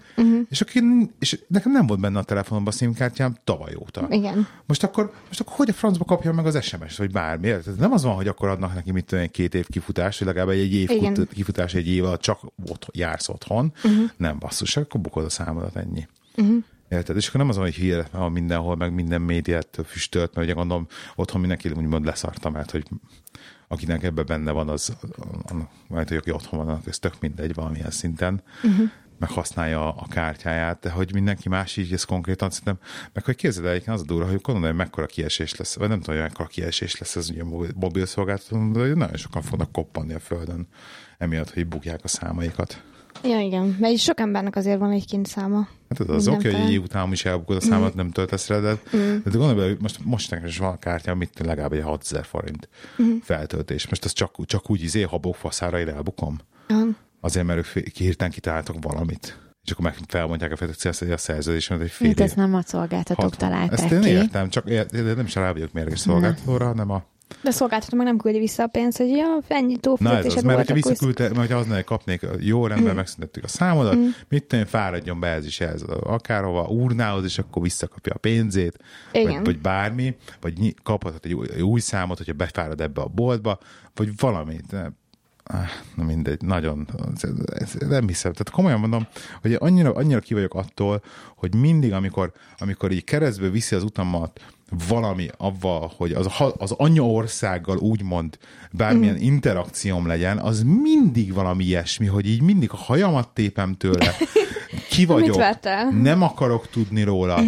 és nekem nem volt benne a telefonomban a SIM-kártyám tavaly óta. Igen. Most akkor hogy a francba kapja meg az SMS-t, vagy bármi? Érted? Nem az van, hogy akkor adnak neki 2 év kifutás, vagy legalább egy év kifutás, egy év alatt csak jársz otthon. Nem basszus, akkor bukod a számodat, ennyi. Érted? És akkor nem az, hogy hír van mindenhol, meg minden médiát füstölt, mert ugye gondolom, otthon mindenki úgymond leszarta, mert hogy akinek ebben benne van, az majd, hogy aki otthon van, ez tök mindegy valamilyen szinten, meg használja a kártyáját, de hogy mindenki más így, ez konkrétan szerintem, meg hogy képzeld el, az a durva, hogy gondolom, hogy mekkora kiesés lesz, vagy nem tudom, hogy mekkora kiesés lesz ez ugye mobil szolgáltató, de nagyon sokan fognak koppanni a földön, emiatt, hogy bukják a számaikat. Ja, igen. Mert sok embernek azért van egy kint száma. Hát az oké, hogy év után is elbukod a számot, nem töltesz rá, de gondolj, hogy most nekem is van a kártya, amit legalább egy 6000 forint feltöltés. Most az csak úgy habokfaszára ide elbukom. Azért, mert ők hirtelen kitaláltak valamit. És akkor meg felmondják a a szerződésen, hogy fél év. Ezt nem a szolgáltatók találták ki. Ezt én értem, csak nem is rá vagyok mérges szolgáltatóra, hanem a... De szolgáltató meg nem küldi vissza a pénzt, hogy ennyi túlfizetésed volt. Mert hogyha visszaküldte, mert ha aznál kapnék, jó rendben megszüntettük a számodat, mit tudom, fáradjon be ez akárhova, urnához, és akkor visszakapja a pénzét, vagy bármi, vagy kaphat egy új számot, hogyha befárad ebbe a boltba, vagy valamit. Na mindegy, nagyon, nem hiszem. Tehát komolyan mondom, hogy annyira ki vagyok attól, hogy mindig, amikor így keresztbe viszi az utamat valami avval, hogy az anyaországgal úgymond bármilyen interakcióm legyen, az mindig valami ilyesmi, hogy így mindig a hajamat tépem tőle, ki vagyok, nem akarok tudni róla,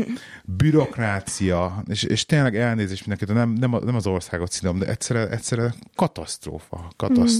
bürokrácia, és tényleg elnézést mindenkit, nem az országot színom, de egyszerűen katasztrófa.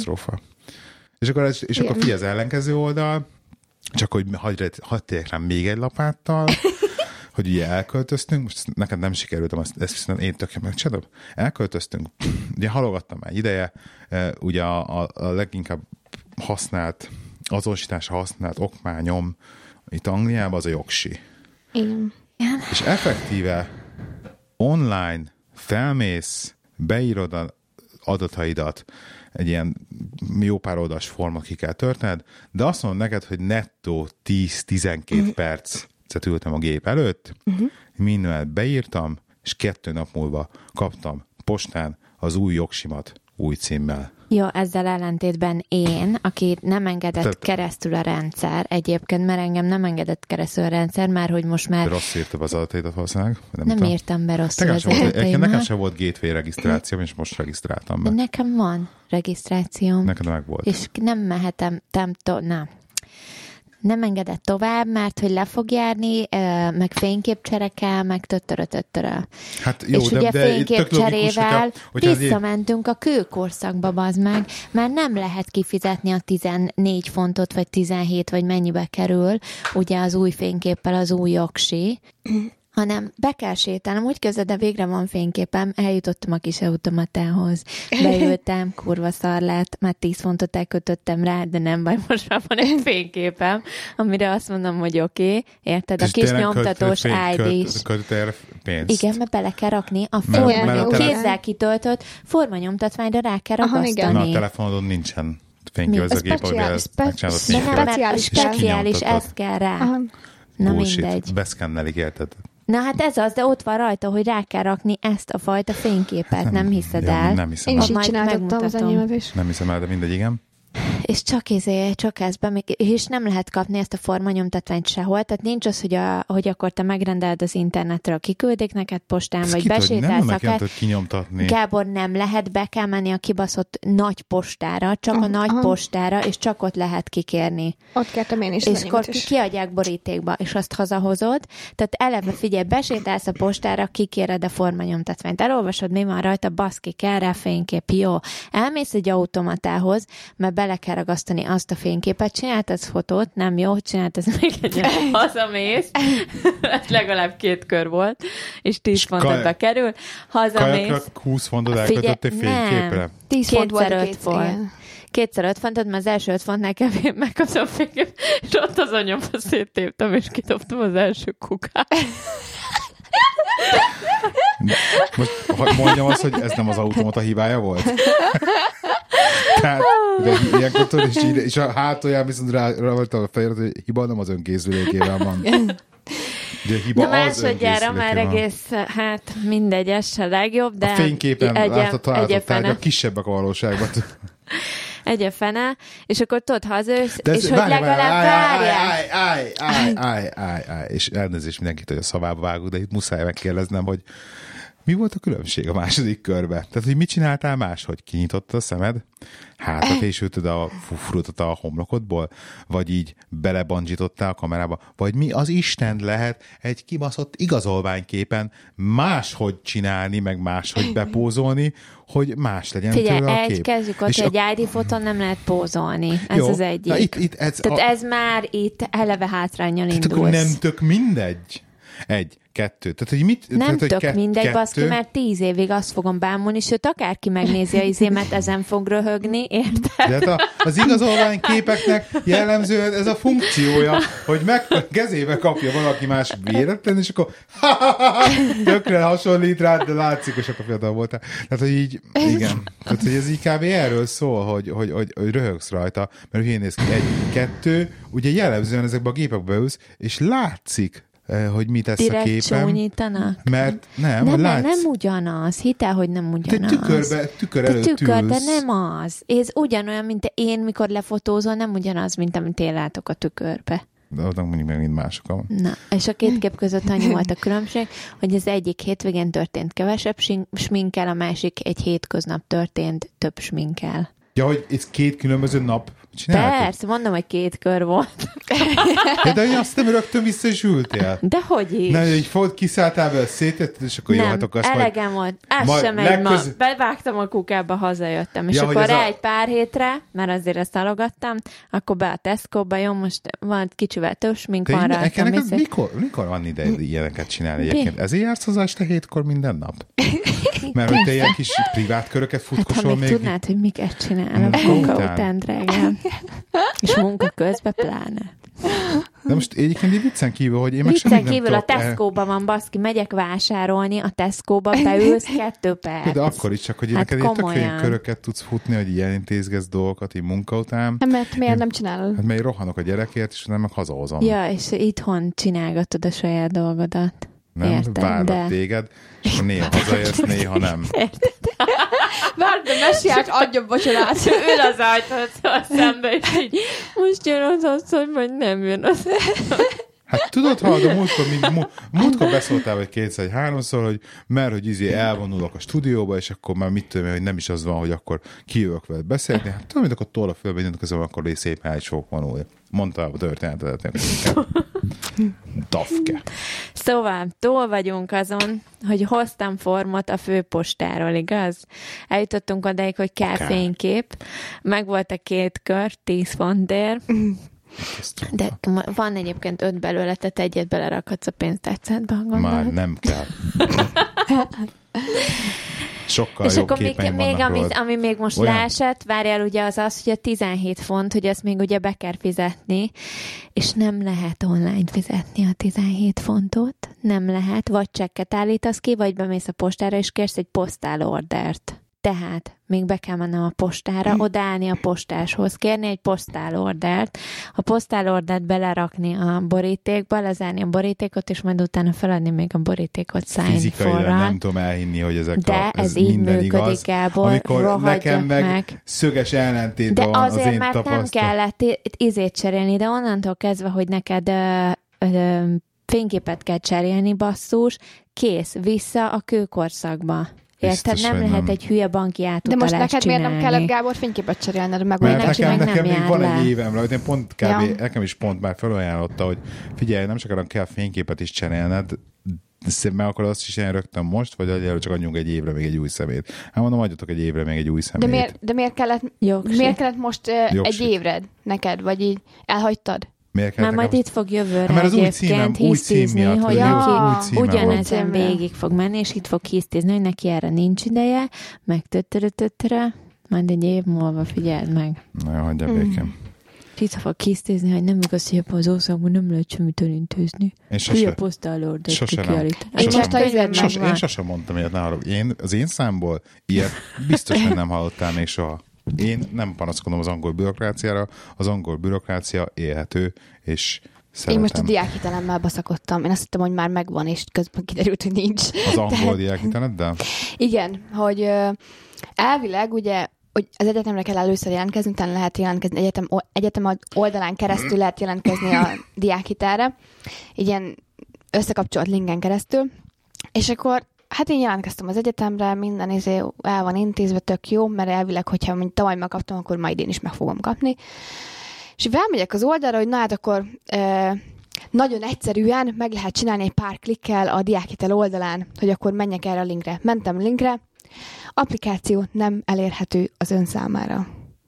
És akkor figyelj az ellenkező oldal, csak hogy hadd tegyek rám még egy lapáttal, hogy ugye elköltöztünk, most neked nem sikerült, ezt viszont én tökéletesen megcsinálom. Elköltöztünk, ugye halogattam már ideje, ugye a leginkább használt, azonosításra használt okmányom itt Angliában az a jogsi. Igen. És effektíve online felmész, beírod az adataidat, egy ilyen jó pár oldalas formot ki kell történed, de azt mondom neked, hogy nettó 10-12 percet ültem a gép előtt, mindent beírtam, és 2 nap múlva kaptam postán az új jogsimat új címmel. Jó, ezzel ellentétben én, aki nem engedett keresztül a rendszer, egyébként, mert engem nem engedett keresztül a rendszer, már hogy most már... De rossz írta be az adataidat valószínűleg? Nem írtam be rosszul az adataimat. Nekem sem volt gateway regisztrációm, és most regisztráltam be. Nekem van regisztrációm. Neked meg volt. És nem mehetem, nem engedett tovább, mert hogy le fog járni, meg fényképcsere kell, meg töttörö. Hát jó, és ugye fényképcserével visszamentünk a kőkorszakba, bazd meg, már nem lehet kifizetni a 14 fontot, vagy 17, vagy mennyibe kerül, ugye az új fényképpel az új jogsi, hanem be kell sétálnom, úgy közben, de végre van fényképem, eljutottam a kis automatához, beültem, kurva szar lett, már 10 fontot elkötöttem rá, de nem baj, most már van egy fényképem, amire azt mondom, hogy oké, érted, a kis nyomtatós ID-s. Igen, mert bele kell rakni a kézzel kitöltött formanyomtatványra rá kell ragasztani. Na, a telefonodon nincsen fénykép, ez a gép, ahogy ezt megcsinálod. Speciális, ezt kell rá. Na mindegy. Beszkennelik, érted? Na hát ez az, de ott van rajta, hogy rá kell rakni ezt a fajta fényképet, nem hiszed el? Nem hiszem. Én is így csináltam az enyémet is. Nem hiszem el, de mindegy, igen. És csak ezben, és nem lehet kapni ezt a formanyomtatványt sehol, tehát nincs az, hogy akkor te megrendeled az internetről, kiküldik neked postán, ezt vagy besétálsz akár. Kinyomtatni. Gábor, nem lehet, be kell menni a kibaszott nagy postára, csak a nagy postára, és csak ott lehet kikérni. Ott kértem én is. És akkor kiadják borítékba, és azt hazahozod, tehát eleve figyelj, besétálsz a postára, kikéred a formanyomtatványt, elolvasod, mi van rajta, baszki, kell rá fénykép, jó. Elmész egy automatához, mert bele kell ragasztani azt a fényképet, csináltad fotót, nem jó, csináltad még egy hazamész, legalább 2 kör volt, és 10 fontokba kerül, hazamész. Kajakra 20 fontot elkötöttél fényképre? 10 font volt 2x5 volt. 2x5 fontot, mert az első 5 fontnál kevés megkaptam fénykép, és ott az anyomba széttéptem, és kidobtam az első kukát. Most mondjam azt, hogy ez nem az automata hibája volt? Tehát, de ilyenkor tudod, és a hátulján viszont rá volt a fejért, hogy hiba nem az önkészülékével van. De másodjára már egész, hát mindegy, ez se legjobb, de... A fényképen látod találatot tárgyak, kisebbek a valóságban. Egy fene, és akkor tudod, hazajössz, és hogy legalább várják. És elnézést mindenkit, hogy a szavába vágok, de itt muszáj megkérdeznem, hogy mi volt a különbség a második körbe? Tehát, hogy mit csináltál máshogy? Kinyitottad a szemed? Hátra fésülted a fufrutot a homlokodból? Vagy így belebandzsítottál a kamerába? Vagy mi az Isten lehet egy kibaszott igazolványképen máshogy csinálni, meg máshogy bepózolni, hogy más legyen tőle a kép? Kezdjük ott, hogy egy ID fotón nem lehet pózolni. Ez jó, az egyik. Ez már itt eleve hátránnyal indulsz. Tehát akkor nem tök mindegy. 1, 2. Tehát, hogy mit, nem tehát, tök mindegy, baszki, mert 10 évig azt fogom bámulni, sőt, akárki megnézi a izémet, ezen fog röhögni, érted? De hát az igazolvány képeknek jellemzően ez a funkciója, hogy kezébe kapja valaki más véletlen, és akkor tökre hasonlít rád, de látszik, és akkor fiatal voltál. Tehát, hogy így, igen. Tehát, hogy ez így kb. Erről szól, hogy röhögsz rajta, mert hülyén néz ki. 1, 2, ugye jellemzően ezekbe a gépekbe ülsz, és látszik, hogy mit tesz direkt a képen. Csúnyítanak? Mert nem ugyanaz. Hidd, hogy nem ugyanaz. Tükör előtt de nem az. Ez ugyanolyan, mint én, mikor lefotózol, nem ugyanaz, mint amit én látok a tükörbe. De ott mondjuk meg mind mások. Na, és a 2 kép között annyi volt a különbség, hogy az egyik hétvégén történt kevesebb sminkkel, a másik egy hétköznap történt több sminkkel. Ja, hogy ez 2 különböző nap csináltad? Persze, mondom, hogy 2 kör volt. De azt nem rögtön vissza is ültél. Dehogy is. Na, így kiszálltál be, szétetted, és akkor nem, jó, hát akkor azt elegem volt. Az sem megy ma. Bevágtam a kukába, hazajöttem. És ja, akkor rá egy pár hétre, mert azért ezt halogattam, akkor be a Tesco-ba, jó, most van kicsivel több smink van rajta. Mikor van ide ilyeneket csinálni egyébként? Ezért jársz hozzá este 7-kor minden nap? Mert hogy te ilyen kis privát köröket futkosol még. Tudnád, hogy miket csinálok munka után, drágám. És munka közben pláne. De most egyébként így viccen kívül, hogy én meg viccen kívül a Tesco-ba van, baszki, megyek vásárolni, a Tesco-ba beülsz 2 perc. De akkor is csak, hogy hát neked tök olyan köröket tudsz futni, hogy ilyen intézgetsz dolgokat így munka után. Mert miért nem csinálod? Hát mert rohanok a gyerekért, és nem meg hazahozom. Ja, és itthon csinálgatod a saját dolgodat. Nem? Értem, várnak téged, és néha hazaérsz, néha nem. Várd, de Messiás adjon vacsorát. Ül az ajtótól szembe, és így most jön az asszony, vagy nem jön az. Hát tudod, hallod, múltkor beszóltál vagy 2-3-szor, hogy hogy elvonulok a stúdióba, és akkor már mit tudom, hogy nem is az van, hogy akkor kijövök veled beszélni. Hát tudom, hogy akkor tolla fölbe, mindent közben akkor szépen egy sok vonulja. Mondta a történetet. Dafke. Szóval túl vagyunk azon, hogy hoztam formot a főpostáról, igaz? Eljutottunk odáig, hogy kell fénykép. Megvolt a 2 kör, 10 fontért. De van egyébként 5 belőle, tehát egyet belerakhatsz a pénztárcádba. Már nem kell. Sokkal és jobb akkor képeim még vannak ami még most leesett, várjál, ugye az, hogy a 17 font, hogy ezt még ugye be kell fizetni, és nem lehet online fizetni a 17 fontot, nem lehet, vagy csekket állítasz ki, vagy bemész a postára, és kérsz egy postálordert. Tehát még be kell mennem a postára, odaállni a postáshoz, kérni egy postálordert, a postálordert belerakni a borítékba, lezárni a borítékot, és majd utána feladni még a borítékot fizikailag nem tudom elhinni, hogy ez így minden igaz, Gábor, amikor nekem meg szöges ellentétben van az én tapasztalat. De azért, mert nem kellett izét cserélni, de onnantól kezdve, hogy neked fényképet kell cserélni, basszus, kész, vissza a kőkorszakba. Érted? Nem lehet egy hülye banki átutalást csinálni. De most neked csinálni. miért nem kellett, Gábor, fényképet cserélned? Mert nekem még van egy évemre, hogy én pont kb. Nekem is pont már felajánlotta, hogy figyelj, nem csak kell fényképet is cserélned, meg akkor azt is ilyen rögtön most, vagy egyelőre csak adjunk egy évre még egy új szemét. Hát mondom, adjatok egy évre még egy új szemét. De miért kellett most egy évre neked, vagy így elhagytad? Már majd itt fog jövőre mert az egyébként hisztizni, hogy ugyanezen végig fog menni, és itt fog hisztizni, hogy neki erre nincs ideje, meg töttere, majd egy év múlva figyeld meg. Na jó, hagyja békén. Itt fog hisztizni, hogy nem igaz, hogy az országban nem lehet semmit elintézni. Hülye posztálordert kiállítani. Én sosem mondtam ilyet, az én számból ilyet biztos, hogy nem hallottál még soha. Én nem panaszkodom az angol bürokráciára, az angol bürokrácia élhető, és szeretem. Én most a diákhitelemmel baszakodtam. Én azt hittem, hogy már megvan, és közben kiderült, hogy nincs. Az angol diákhiteleddel? Igen, hogy elvileg ugye, hogy az egyetemre kell először jelentkezni, utána lehet jelentkezni, egyetem oldalán keresztül lehet jelentkezni a diákhitelre, ilyen összekapcsolt linken keresztül, és akkor hát én jelentkeztem az egyetemre, minden el van intézve, tök jó, mert elvileg, hogyha mint tavaly megkaptam, akkor majd én is meg fogom kapni. És felmegyek az oldalra, hogy na hát akkor nagyon egyszerűen meg lehet csinálni egy pár klikkel a diákhitel oldalán, hogy akkor menjek erre a linkre. Mentem a linkre, applikáció nem elérhető az ön számára.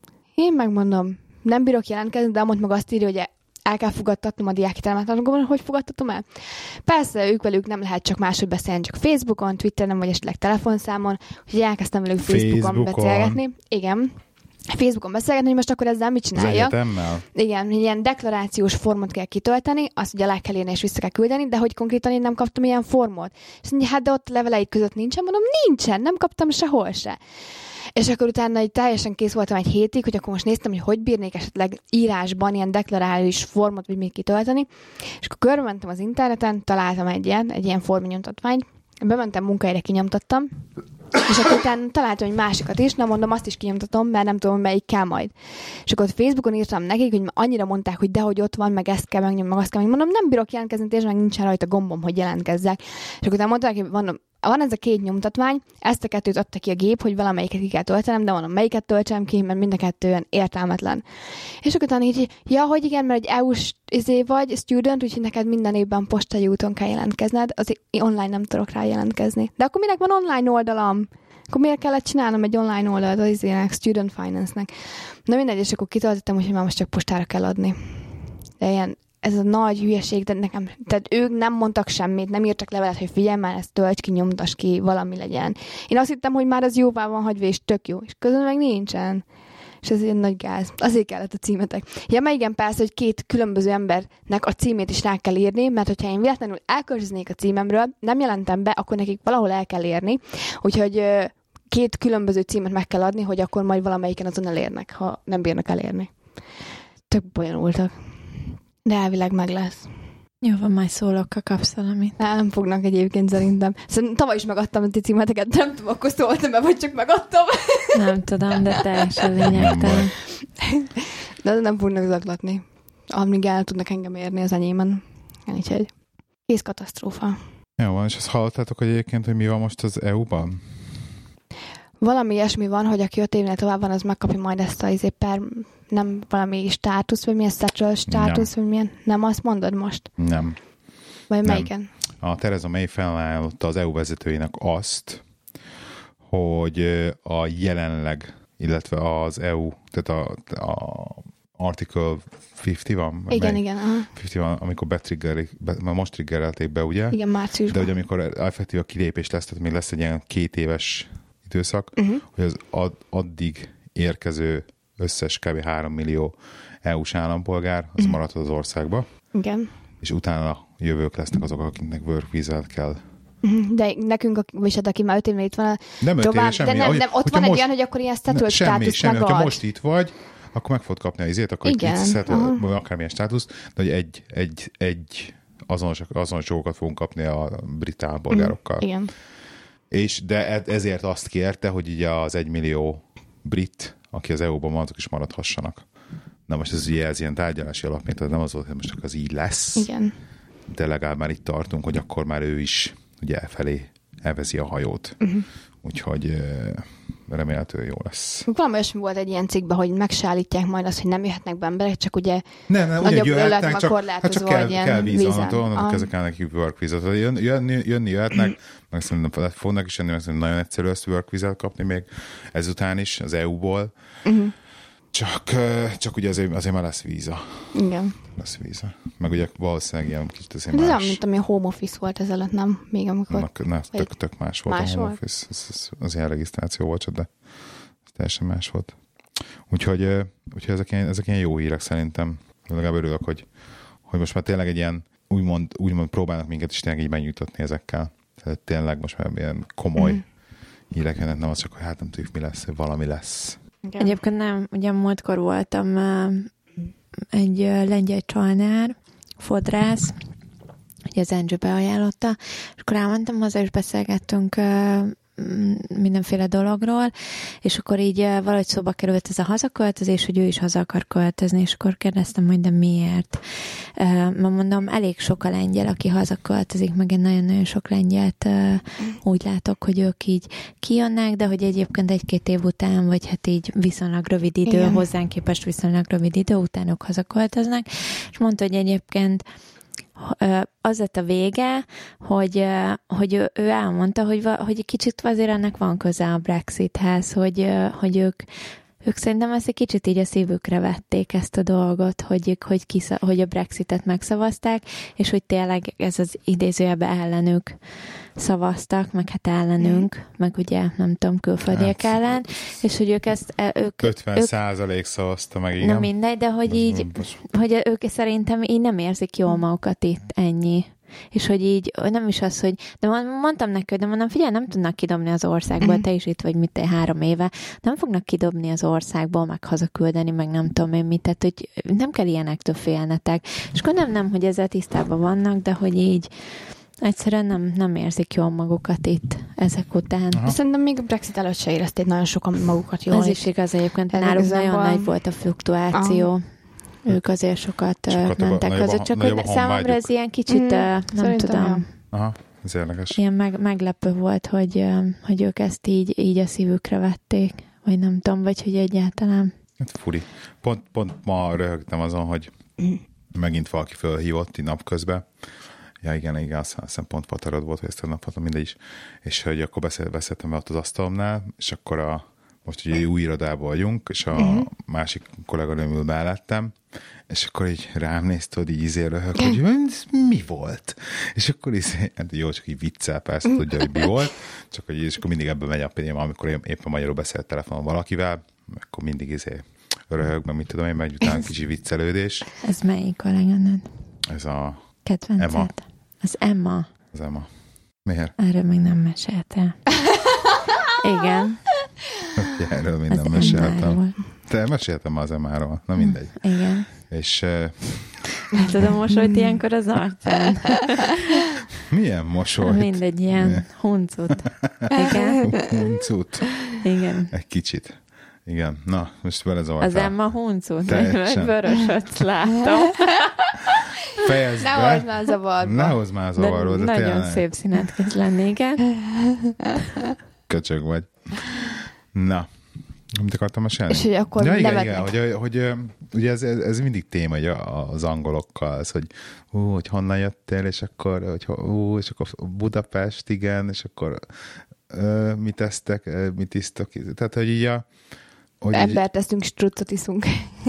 Én megmondom, nem bírok jelentkezni, de amúgy meg azt írja, hogy el kell fogadtatnom a diákhitelemet. Gondolom, hogy fogadtatom el? Persze, velük nem lehet csak máshogy beszélni, csak Facebookon, Twitteren, vagy esetleg telefonszámon, úgyhogy elkezdtem velük Facebookon beszélgetni. Igen. Facebookon beszélgetni, hogy most akkor ezzel mit csinálja. Az egyetemmel? Igen, ilyen deklarációs formot kell kitölteni, azt ugye alá kell írni és vissza kell küldeni, de hogy konkrétan én nem kaptam ilyen formot. És mondja, hát de ott leveleid között nincsen, mondom, nincsen, nem kaptam sehol se. És akkor utána így teljesen kész voltam egy hétig, hogy akkor most néztem, hogy bírnék esetleg írásban ilyen deklarális formot, vagy még kitölteni. És akkor körbementem az interneten, találtam egy ilyen formanyomtatványt, bementem munkahelyre, kinyomtattam, és akkor utána találtam egy másikat is, na mondom, azt is kinyomtatom, mert nem tudom, melyik kell majd. És akkor Facebookon írtam nekik, hogy annyira mondták, hogy dehogy ott van, meg ezt kell megnyomni, meg azt kell megnyomni. Mondom, nem bírok jelentkezni, és meg nincsen rajta gombom, hogy jelentkezzek. És akkor utána mondták, hogy van ez a 2 nyomtatvány, ezt a 2-t adta ki a gép, hogy valamelyiket ki kell töltenem, de mondom, melyiket töltsem ki, mert mind a 2 olyan értelmetlen. És akkor utána így, ja, hogy igen, mert egy EU-s vagy student, úgyhogy neked minden évben postai úton kell jelentkezned, azért online nem tudok rá jelentkezni. De akkor minek van online oldalam? Akkor miért kellett csinálnom egy online oldalt az izének, Student Finance-nek? Na mindegy, és akkor kitöltöttem, hogy már most csak postára kell adni. De ilyen, ez a nagy hülyeség, de nekem, tehát ők nem mondtak semmit, nem írtak levelet, hogy figyelj már, ezt tölts ki, nyomtass ki, valami legyen. Én azt hittem, hogy már az jóvá van hagyva, és tök jó, és közben meg nincsen. És ez ilyen nagy gáz. Azért kellett a címetek. Ja, mert igen, persze, hogy 2 különböző embernek a címét is rá kell írni, mert hogyha én véletlenül elköltöznék a címemről, nem jelentem be, akkor nekik valahol el kell érni. Úgyhogy 2 különböző címet meg kell adni, hogy akkor majd valamelyiken azon elérnek, ha nem bírnak elérni. Tök bonyolultak. De elvileg meg lesz. Jó, van, majd szólok, ha kapsz valamit. Nem fognak egyébként szerintem. Szerintem tavaly is megadtam a ti címeteket, nem tudom, akkor szóltam-e, vagy csak megadtam. Nem tudom, de teljesen lényegtelen. De nem fognak zaklatni. Amíg el tudnak engem érni az enyémen. Úgyhogy kész katasztrófa. Jó van, és azt hallottátok, hogy egyébként, hogy mi van most az EU-ban? Valami ilyesmi van, hogy aki 5 évnél tovább van, az megkapja majd ezt a nem valami státusz, vagy milyen settled státusz, vagy milyen. Nem azt mondod most? Nem. Vagy melyiken? A Theresa May felajánlotta az EU vezetőinek azt, hogy a jelenleg, illetve az EU, tehát a Article 50 van? Igen. Aha. 50 van, amikor most triggerelték be, ugye? Igen, márciusban. De hogy amikor effektív a kilépés lesz, tehát még lesz egy ilyen 2 éves időszak, hogy az addig érkező összes kb. 3 millió EU-s állampolgár, az maradhat az országba. Igen. És utána jövők lesznek azok, akiknek work visa-t kell. De nekünk, vagy aki már 5 évnél itt van, nem 5 éve, semmi. De nem, ott van egy olyan, hogy akkor ilyen settled státusz semmi. megad. Ha most itt vagy, akkor meg fogod kapni az izét, akkor itt akármilyen státusz, de hogy egy azonos jogokat fogunk kapni a brit állampolgárokkal. Igen. De ezért azt kérte, hogy így az 1 millió brit, aki az EU-ban van, azok is maradhassanak. Na most ez ilyen tárgyalási alapként, tehát nem az volt, hogy most az így lesz. Igen. De legalább már itt tartunk, hogy akkor már ő is ugye elfelé elvezi a hajót. Úgyhogy remélhetően jó lesz. Valami olyasmi volt egy ilyen cikkben, hogy meg se állítják majd azt, hogy nem jöhetnek be emberek, csak ugye nem, nagyobb jöhetnek, korlátozó, csak vagy kell víza. vízen. Ezek kell nekik work visa. Jönni jöhetnek, meg szerintem fognak is jönni, meg szerintem nagyon egyszerű ezt work visa-t kapni még ezután is, az EU-ból. Csak ugye azért már lesz víza. Igen. Lesz víza. Meg ugye valószínűleg ilyen kicsit azért más. Nem, mint ami a home office volt ezelőtt, nem? Még amikor... Tök más volt a home office. Az ilyen regisztráció volt, de ez teljesen más volt. Úgyhogy ezek ilyen jó hírek szerintem. Legalább örülök, hogy most már tényleg egy ilyen úgymond próbálnak minket is tényleg így megnyugtatni ezekkel. Tehát tényleg most már ilyen komoly hírek jönnek, nem az csak, hogy hát nem tudjuk mi lesz, hogy valami lesz. Igen. Egyébként nem, ugye múltkor voltam egy lengyel csalnár, fodrász, ugye az Andrew beajánlotta, és akkor elmentem haza, és beszélgettünk mindenféle dologról, és akkor így valahogy szóba került ez a hazaköltözés, hogy ő is haza akar költözni, és akkor kérdeztem, hogy de miért. Mondom, elég sok a lengyel, aki hazaköltözik, meg én nagyon-nagyon sok lengyelt úgy látok, hogy ők így kijönnek, de hogy egyébként 1-2 év után, vagy hát így viszonylag rövid idő, igen, hozzánk képest viszonylag rövid idő után ők hazaköltöznek, és mondta, hogy egyébként az lett a vége, hogy ő elmondta, hogy kicsit azért ennek van köze a Brexithez, hogy ők szerintem ezt egy kicsit így a szívükre vették ezt a dolgot, hogy a Brexitet megszavazták, és hogy tényleg ez az idézőjelben ellenük szavaztak, meg hát ellenünk, meg ugye nem tudom, külföldiek ellen, és hogy ők ezt... 50% szavazta meg, igen. Na mindegy, de hogy így, hogy ők szerintem így nem érzik jól magukat itt, ennyi. És hogy így nem is az, hogy de mondtam neki, de mondom, figyelj, nem tudnak kidobni az országból, te is itt vagy mit 3 éve, nem fognak kidobni az országból, meg hazaküldeni, meg nem tudom én mit, tehát hogy nem kell ilyenektől félnetek. És akkor nem, hogy ezzel tisztában vannak, de hogy így egyszerűen nem érzik jól magukat itt ezek után. Aha. Szerintem még a Brexit előtt se érezték nagyon sokan magukat jól. Ez is igaz egyébként, náluk nagyon nagy volt a fluktuáció. Aha. Ők azért sokat mentek között, csak hogy számomra ez ilyen kicsit, nem tudom. Aha, ez érdekes. Ilyen meglepő volt, hogy ők ezt így a szívükre vették, vagy nem tudom, vagy hogy egyáltalán. Hát furi. Pont ma röhögtem azon, hogy megint valaki fölhívott így napközben. Ja igen, azt hiszem pont Patarod volt, hogy ezt a napot, mindegy is. És hogy akkor beszéltem ott az asztalomnál, és akkor most ugye új irodában vagyunk, és a másik kolléganőm ül mellettem, és akkor így rám nézte, hogy így röhög, hogy mi volt? És akkor hát jó, csak így viccel, persze tudja, hogy mi volt, csak hogy és akkor mindig ebben megy a pénzem, amikor éppen magyarul beszélt telefonon valakivel, akkor mindig röhög, meg mit tudom én, meg utána kicsi viccelődés. Ez melyik kolléganőd? Ez a kedvenced? Emma. Az Emma. Az Emma. Miért? Erről még nem meséltél. Igen. Erről még nem meséltem. Te meséltem az Emmáról. Na mindegy. Igen. És Látod a mosolyt ilyenkor az arcán? Milyen mosolyt? Mindegy, ilyen huncut. Igen. Huncut? Igen. Egy kicsit. Igen. Na, most belezavartál. Az Emma huncut? Vagy vörösöt láttam. Fejezd be. Ne hozd már zavarba. Ne hozd már zavarba. De nagyon tényleg szép színet kezd lenni, igen. Köcsög vagy. Na, mit akartam mesélni? És hogy akkor igen, hogy ugye ez mindig téma az angolokkal, az, hogy honnan jöttél, és akkor, és akkor Budapest, igen, és akkor mit esztek, mit isztok. Tehát, hogy így embert eszünk, struccot iszunk.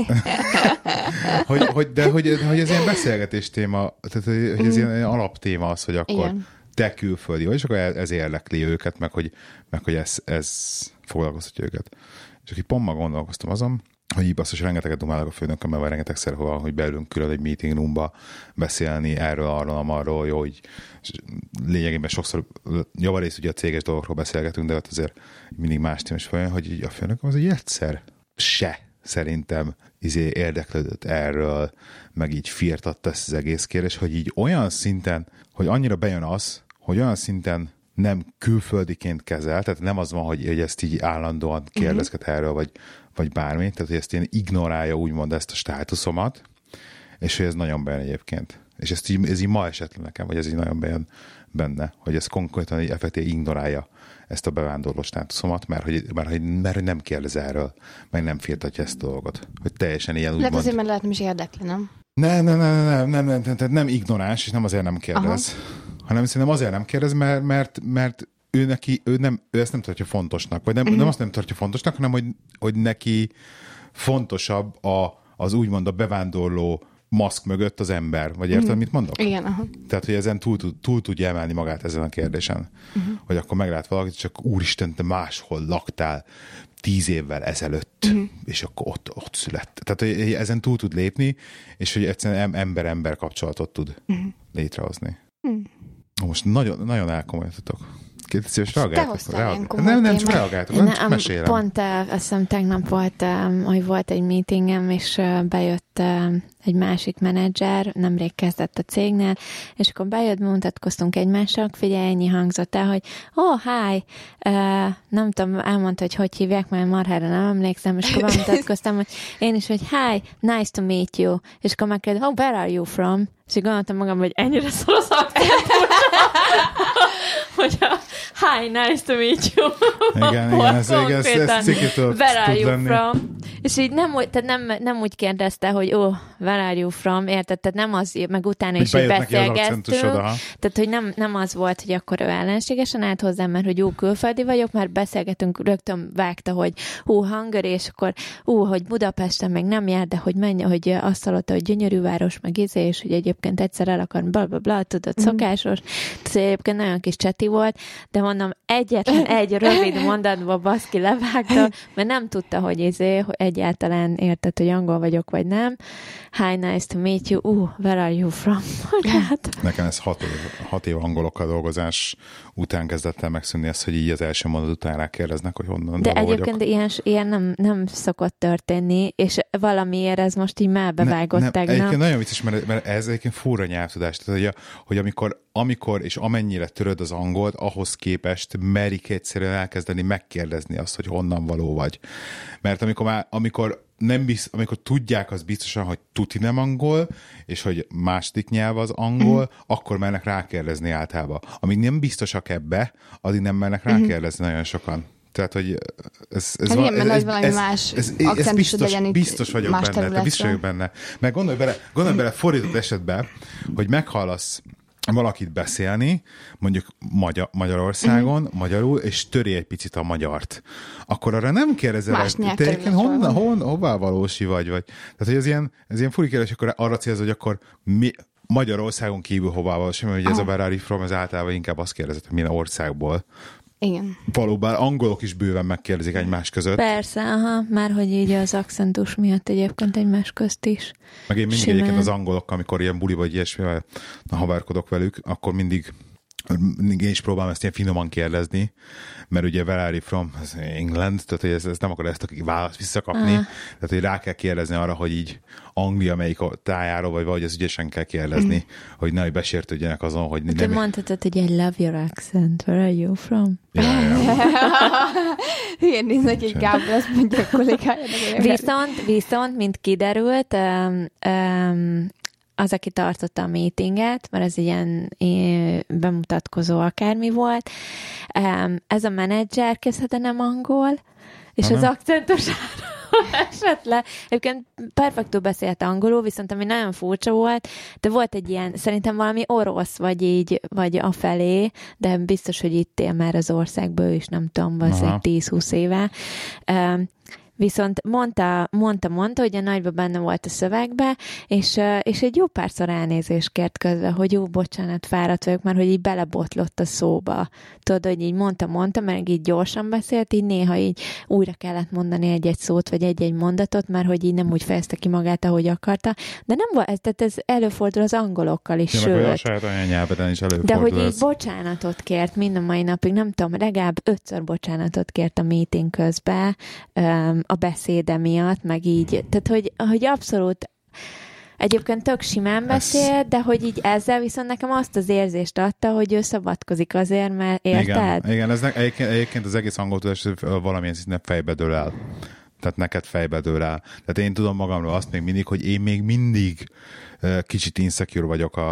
hogy ez ilyen beszélgetés téma, tehát hogy ez ilyen alaptéma az, hogy akkor igen. Te külföldi vagy, és akkor ez érdekli őket, meg hogy ez foglalkoztatja őket. És aki pont ma gondolkoztam azon, hogy így basszus, rengeteget dumálok a főnökömmel, vagy rengetegszer, hogy beülünk külön egy meeting roomba beszélni erről, arról, jó, hogy lényegében sokszor javarészt ugye a céges dolgokról beszélgetünk, de ott azért mindig más témás folyam, hogy így a főnököm az így egyszer se szerintem érdeklődött erről, meg így firtatta ezt az egész kérdés, hogy így olyan szinten, hogy annyira bejön az, hogy olyan szinten nem külföldiként kezel, tehát nem az van, hogy ezt így állandóan kérdezget erről, vagy bármi, tehát hogy ezt ilyen ignorálja úgymond ezt a státuszomat, és hogy ez nagyon bejön egyébként. És ez így ma esett le nekem, vagy ez így nagyon bejön benne, hogy ez konkrétan egy effektív ignorálja ezt a bevándorló státuszomat, mert hogy nem kérdez erről, meg nem firtatja ezt a dolgot. Hogy teljesen ilyen úgymond... Lehet azért, mert lehet nem is érdekli, nem? Nem ignoráns, és nem azért nem kérdez. Hanem szerintem azért nem kérdez, mert ő ezt nem tartja fontosnak, vagy nem azt nem tartja fontosnak, hanem hogy neki fontosabb az úgymond a bevándorló maszk mögött az ember. Vagy érted, mit mondok? Igen, aha. Tehát, hogy ezen túl tudja emelni magát ezen a kérdésen. Hogy akkor meglát valakit, csak úristen, te máshol laktál 10 évvel ezelőtt, és akkor ott született. Tehát, hogy ezen túl tud lépni, és hogy egyszerűen ember-ember kapcsolatot tud létrehozni. Most nagyon elkomolyodtatok. Két szíves reagáltok. Nem, csak reagáltok. Nem, mesélem. Pont azt hiszem tegnap hogy volt egy meetingem, és bejött egy másik menedzser, nemrég kezdett a cégnél, és akkor bejött, mutatkoztunk egymással, figyelj, ennyi hangzott el, hogy hi, nem tudom, elmondta, hogy hívják, mert marhára nem emlékszem, és akkor bemutatkoztam, hogy én is, hogy hi, nice to meet you, és akkor megkérdeztem, where are you from? És így gondoltam magam, hogy ennyire szól az hogy hi, nice to meet you. Igen, ez cikitől where are tud you lenni. from? És így nem úgy kérdezte, hogy where are you from, érted? Tehát nem az, meg utána is így beszélgettünk. Tehát, hogy nem az volt, hogy akkor ő ellenségesen állt hozzám, mert hogy külföldi vagyok, mert beszélgetünk, rögtön vágta, hogy Hungary, és akkor hogy Budapesten meg nem jár, de hogy menj, hogy azt hallotta, hogy gyönyörű város, meg és hogy egyébként egyszer el akar, blablabla, tudod, szokásos. Tehát egyébként nagyon kis cseti volt, de mondom, egyetlen egy rövid mondatba baszki levágta, mert nem tudta, hogy hogy egyáltalán érted, hogy angol vagyok, vagy nem. Hi, nice to meet you. Where are you from? Nekem ez 6 év angolokkal dolgozás után kezdett el megszűnni ez, hogy így az első mondat után rákérdeznek, hogy honnan de egyébként ilyen nem szokott történni, és valamiért ez most így már bevágott tegnap. Egyébként nagyon vicces, mert ez egyébként furra nyelvtudás. Tehát, hogy amikor és amennyire töröd az angolt, ahhoz képest merik egyszerűen elkezdeni megkérdezni azt, hogy honnan való vagy. Mert amikor tudják az biztosan, hogy tuti nem angol, és hogy második nyelv az angol, akkor mernek rákérdezni általában. Amíg nem biztosak ebbe, addig nem mernek rákérdezni nagyon sokan. Tehát, hogy ez biztos vagyok benne. Mert gondolj bele fordított esetben, hogy meghallasz valakit beszélni, mondjuk Magyarországon, magyarul, és töri egy picit a magyart. Akkor arra nem kérdezel, hogy te hová valósi vagy. Tehát, hogy ez ilyen furi kérdés, akkor arra célzol, hogy akkor Magyarországon kívül hová valósi, mert ez a where are you from, az általában inkább azt kérdezett, hogy milyen országból. Igen. Valóban angolok is bőven megkérdezik egymás között. Persze, már hogy így az akcentus miatt egyébként egymás közt is. Meg én mindig egyébként az angolok, amikor ilyen buli vagy ilyesmivel haverkodok velük, akkor mindig én is próbálom ezt ilyen finoman kérdezni, mert ugye where are you from England, tehát hogy ez nem akar ezt a választ visszakapni, tehát hogy rá kell kérdezni arra, hogy így Anglia melyik tájáról, vagy valahogy ez ügyesen kell kérdezni, hogy nehogy besértődjenek azon, hogy nem... Te mondhatod, hogy I love your accent, where are you from? Hülyen néznek egy Gábor, azt mondja a kollégájának. Viszont, mint kiderült, az, aki tartotta a meetinget, mert ez ilyen bemutatkozó akármi volt, ez a menedzser képzelte nem angol, és az akcentusára esett le. Egyébként perfektül beszélt angolul, viszont ami nagyon furcsa volt, de volt egy ilyen, szerintem valami orosz, vagy afelé, de biztos, hogy itt él már az országból, és nem tudom, valószínűleg 10-20 éve. Viszont mondta, hogy a nagyba benne volt a szövegbe, és egy jó párszor elnézést kért közben, hogy jó, bocsánat, fáradt vagyok, mert hogy így belebotlott a szóba. Tudod, hogy így mondta, mert így gyorsan beszélt, így néha így újra kellett mondani egy-egy szót, vagy egy-egy mondatot, mert hogy így nem úgy fejezte ki magát, ahogy akarta. De nem volt, tehát ez előfordul az angolokkal is, sőt. A saját anyanyelveden is előfordul. De hogy így bocsánatot kért mind a mai napig, nem tudom, legalább 5-ször bocsánatot kért a meeting közben, a beszéde miatt, meg így, tehát hogy abszolút egyébként tök simán beszél, de hogy így ezzel viszont nekem azt az érzést adta, hogy ő szabadkozik azért, mert érted? Igen, ez egyébként az egész angol tudás valamilyen szinten fejbe dől el. Tehát neked fejbe dől el. Tehát én tudom magamról azt még mindig, hogy én még mindig kicsit unsecure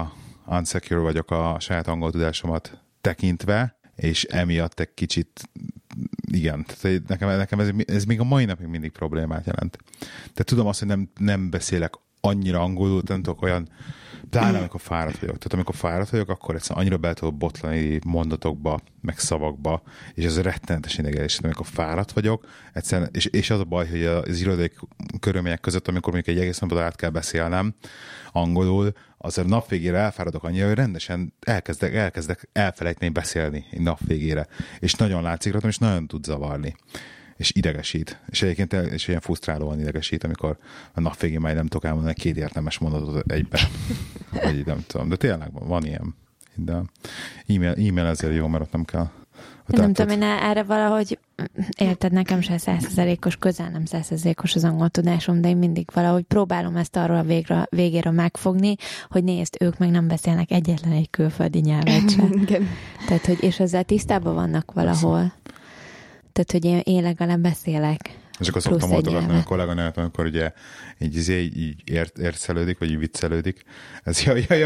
vagyok a saját angol tudásomat tekintve, és emiatt egy kicsit igen, tehát nekem ez még a mai napig mindig problémát jelent. Tehát tudom azt, hogy nem beszélek annyira angolul, nem tudok olyan, pláne amikor fáradt vagyok. Tehát amikor fáradt vagyok, akkor egyszerűen annyira be tudok botlani mondatokba, meg szavakba, és ez rettenetesen idegesít. Amikor fáradt vagyok, egyszerűen, és az a baj, hogy az irodai körülmények között, amikor mondjuk egy egész napot át kell beszélnem angolul, azért nap végére elfáradok annyira, hogy rendesen elkezdek elfelejteni beszélni egy nap végére. És nagyon látszik rajtam, és nagyon tud zavarni. És idegesít. És egyébként és ilyen frusztrálóan idegesít, amikor a nap végén már nem tudok elmondani 2 értelmes mondatot egybe. Vagy nem tudom. De tényleg van ilyen. De e-mail ezért jó, mert ott nem kell. Nem tudom, én erre valahogy érted, nekem se 100%-os, közel nem 100%-os az angol tudásom, de én mindig valahogy próbálom ezt arról a végéről megfogni, hogy nézd, ők meg nem beszélnek egyetlen egy külföldi nyelvet sem. Tehát, hogy és ezzel tisztában vannak valahol. Tehát, hogy én legalább beszélek. És akkor szoktam mondogatni a kolléganőt, amikor ugye így értszelődik, vagy így viccelődik. Ez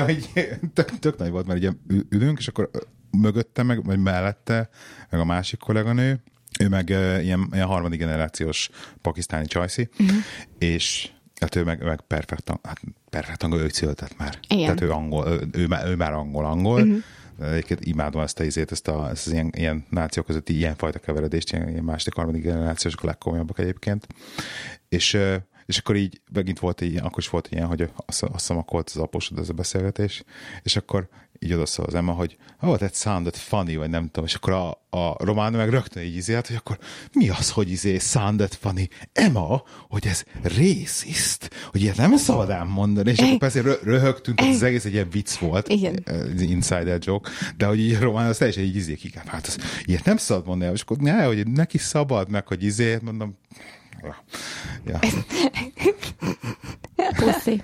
tök nagy volt, mert ugye ülünk, és akkor mögötte, vagy mellette, meg a másik kolléganő, ő meg ilyen 3. generációs pakisztáni csajszi, és hát ő meg perfekt angol, ő született már. Igen. Tehát ő angol, ő már angol. Egyébként imádom ezt az ilyen nációk közötti ilyenfajta keveredést, ilyen második, 3. generációs, a legkomolyabbak egyébként. És akkor így megint volt ilyen, hogy azt hiszem, akkor volt az aposod ez a beszélgetés, és akkor így odaszól az Emma, hogy that sounded funny, vagy nem tudom, és akkor a román meg rögtön így izélt, hogy akkor mi az, hogy sounded funny? Emma, hogy ez racist, hogy ilyet nem szabad ám mondani, és akkor persze röhögtünk, az egész egy ilyen vicc volt, insider joke, de hogy így a román az teljesen így izék, hát az, ilyet nem szabad mondani, és akkor hogy neki szabad, meg hogy mondom, ja. Puszi.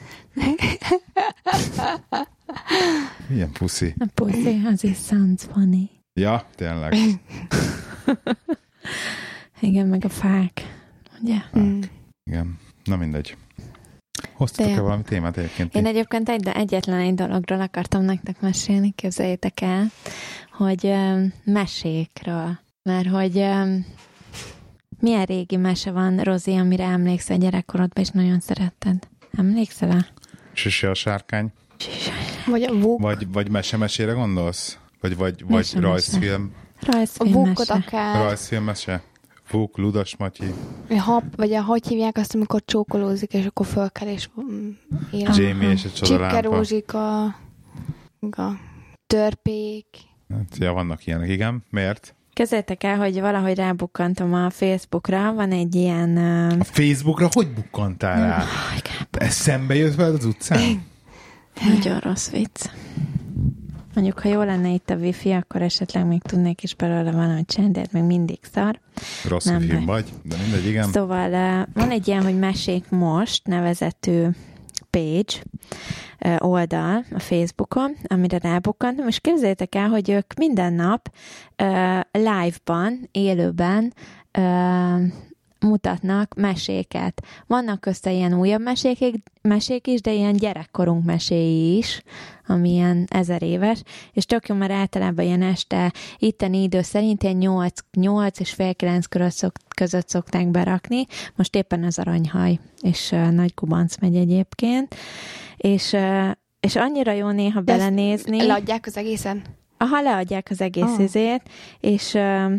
Milyen puszi? A puszi, az is sounds funny. Ja, tényleg. Igen, meg a fák. Ugye? Igen, na mindegy. Hoztatok-e valami témát egyébként? Én egyébként egyetlen egy dologról akartam nektek mesélni, képzeljétek el, hogy mesékről. Mert hogy milyen régi mese van, Rozi, amire emlékszel gyerekkorodban, és nagyon szeretted? Emlékszel-e? Sisi a sárkány. Vagy a Vuk. Vagy mese-mesére gondolsz? Vagy rajzfilm? Rajzfilm a Vukot akár. Rajzfilm mese? Vuk, Ludas Matyi. Vagy hogy hívják azt, amikor csókolózik, és akkor fölkel, és él. Jamie és a csodalámpa. Csipke Rózsika, a törpék. Hát, ja, vannak ilyenek, igen. Miért? Kezdjétek el, hogy valahogy rábukkantom a Facebookra, van egy ilyen... A Facebookra hogy bukkantál rá? Ez szembe jött veled az utcán? Nagyon rossz vicc. Mondjuk, ha jó lenne itt a wifi, akkor esetleg még tudnék is belőle valahogy csinálni, de meg mindig szar. Rossz film vagy, de mindegy, igen. Szóval van egy ilyen, hogy Mesék most nevezetű page, oldal a Facebookon, amire rábukkantam, és képzeljétek el, hogy ők minden nap live-ban, élőben mutatnak meséket. Vannak közte ilyen újabb mesék is, de ilyen gyerekkorunk meséi is, ami ilyen 1000 éves, és tök jó, mert általában ilyen este itteni idő szerint ilyen 8 és fél 9 között szokták berakni. Most éppen az Aranyhaj, és Nagy Kubanc megy egyébként, és annyira jó néha belenézni. Leadják az egészen? Aha, leadják az egész izét, és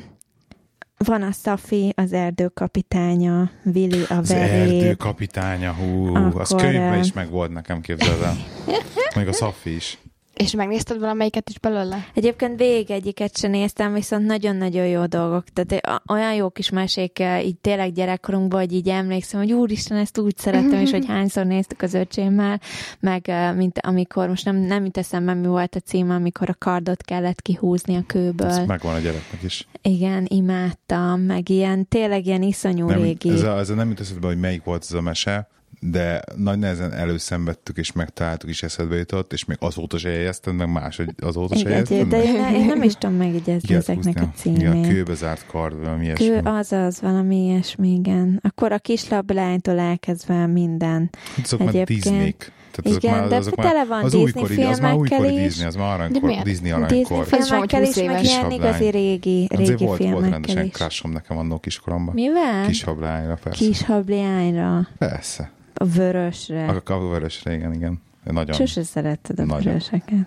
van a Szafi, az erdőkapitánya, Vili a veréb. Az erdőkapitánya, akkor... az könyvben is meg volt nekem, képzeld el. Még a Szafi is. És megnézted valamelyiket is belőle? Egyébként végig egyiket sem néztem, viszont nagyon-nagyon jó dolgok. Tehát olyan jó kis mesék, így tényleg gyerekkorunkban, hogy így emlékszem, hogy úristen, ezt úgy szerettem, és hogy hányszor néztük az öcsémmel, meg mint amikor, most nem jut eszembe, mi volt a címe, amikor a kardot kellett kihúzni a kőből. Ez megvan a gyereknek is. Igen, imádtam, meg ilyen, tényleg ilyen iszonyú régi. Ez nem jut eszedbe, hogy melyik volt ez a mese, de nagy nehezen előszenvedtük, és megtaláltuk, és eszedbe jutott, és még azóta se jegyezted, meg máshogy azóta se jegyezted. De én nem is tudom megjegyezni ezeknek a címét. Igen, kőbe zárt kard, valami ilyesmi. Azaz, valami ilyesmi, igen. Akkor a Kislablánytól elkezdve minden. Azok már Disney-k. Igen, de tele van Disney filmekkel is. Az már újkori Disney, az már Disney aranykor. Disney filmekkel is, meg ilyen igazi régi filmekkel is. Volt rendesen crushom nekem annó kiskoromban. Mivel? Kishablányra, persze. Kishablányra. Persze. A vörösre. A vörösre, igen. Nagyon. Sose szeretted a vöröseket.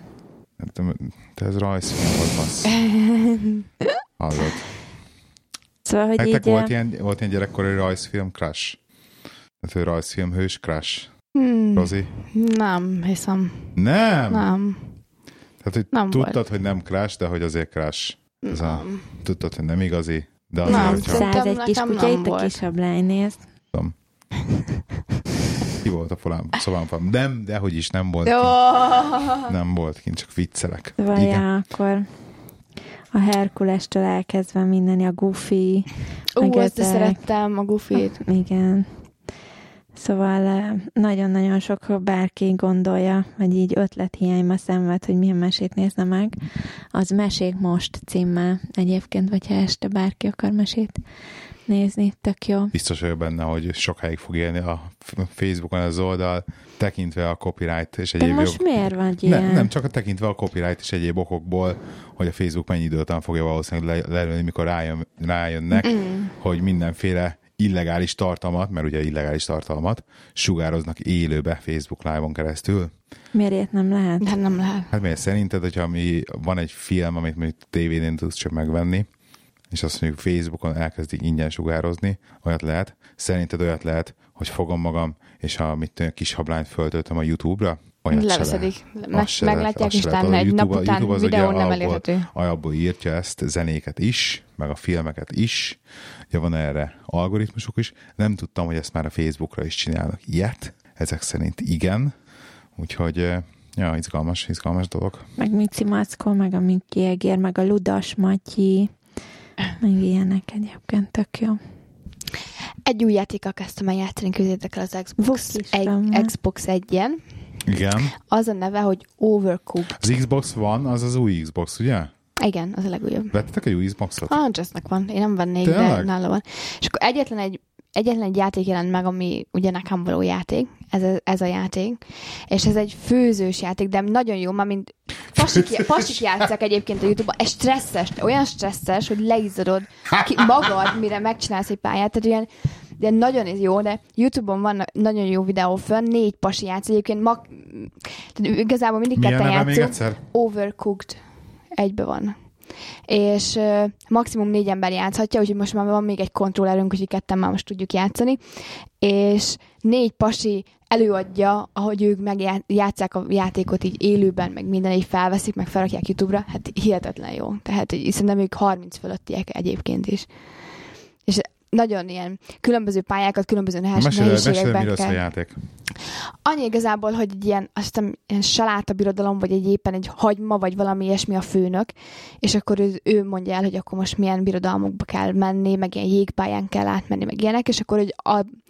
Te ez rajzfilm volt, bassz. Hallod. Szóval, hogy nektek volt ilyen gyerekkori rajzfilm crush? Tehát rajzfilm hős crush? Rozi? Nem, hiszem. Nem? Nem. Tehát, hogy nem tudtad, volt. Hogy nem crush, de hogy azért crush. Tudtad, hogy nem igazi. De azért, nem, száz egy kis kutya, itt a Kishablány, nézd. Ki volt a szobámfám? Nem, de hogy is nem volt Nem volt kint, csak viccelek. Vajon akkor a Herkulestől elkezdve minden, a Goofy. Ezt szerettem, a Goofy-t. Igen. Szóval nagyon-nagyon sok bárki gondolja, vagy így ötlethiányma szenved, hogy milyen mesét nézne meg. Az Mesék most címmel egyébként, vagy ha este bárki akar mesét nézni, tök jó. Biztos vagyok benne, hogy sokáig fog élni a Facebookon az oldal, tekintve a copyright és egyéb most miért vagy ilyen? Nem, csak tekintve a copyright és egyéb okokból, hogy a Facebook mennyi idő után fogja valószínűleg lelőni, mikor rájönnek, hogy mindenféle illegális tartalmat, mert ugye illegális tartalmat sugároznak élőbe Facebook Live-on keresztül. Miért ilyet nem lehet? Nem lehet. Hát miért szerinted, hogyha van egy film, amit mondjuk tévén tudsz csak megvenni, és azt mondjuk Facebookon elkezdik ingyen sugározni, olyat lehet. Szerinted olyat lehet, hogy fogom magam, és a Kishablányt föltöltöm a YouTube-ra? Leveszedik. Meglátják, és talán egy nap után videón nem elérhető. Alapból írtja ezt, zenéket is, meg a filmeket is. Ugye van erre algoritmusok is. Nem tudtam, hogy ezt már a Facebookra is csinálnak ilyet. Ezek szerint igen. Úgyhogy izgalmas dolog. Meg Mici Mackó, meg a Miki Egér, meg a Ludas Matyi, meg ilyenek egyébként tök jó. Egy új játékkal kezdtem el játszani, közétek el az Xbox 1-en. Igen. Az a neve, hogy Overcooked. Az Xbox van, az új Xbox, ugye? Igen, az a legújabb. Vettetek egy új Xboxot? Jazznek van. Én nem vennék, de nála van. És akkor egyetlen egy játék jelent meg, ami ugye nekem való játék, ez a játék, és ez egy főzős játék, de nagyon jó, már mint pasik játszák egyébként a YouTube-ban, ez stresszes, olyan stresszes, hogy leizzadod magad, mire megcsinálsz egy pályát, tehát ilyen, de nagyon jó, de YouTube-on van nagyon jó videó fönn, 4 pasi játsz, egyébként tehát igazából mindig ketten játszunk. Overcooked. Egybe van. És maximum 4 ember játszhatja, úgyhogy most már van még egy kontrollerünk, úgyhogy ketten már most tudjuk játszani. És 4 pasi előadja, ahogy ők megjátszák a játékot így élőben, meg minden így felveszik, meg felrakják YouTube-ra. Hát hihetetlen jó. Tehát szerintem ők 30 fölöttiek egyébként is. És nagyon ilyen különböző pályákat, különböző nehézségekben miről szól a játék? Annyi igazából, hogy egy ilyen salátabirodalom, vagy éppen egy hagyma, vagy valami ilyesmi a főnök, és akkor ő mondja el, hogy akkor most milyen birodalmokba kell menni, meg ilyen jégpályán kell átmenni, meg ilyenek, és akkor hogy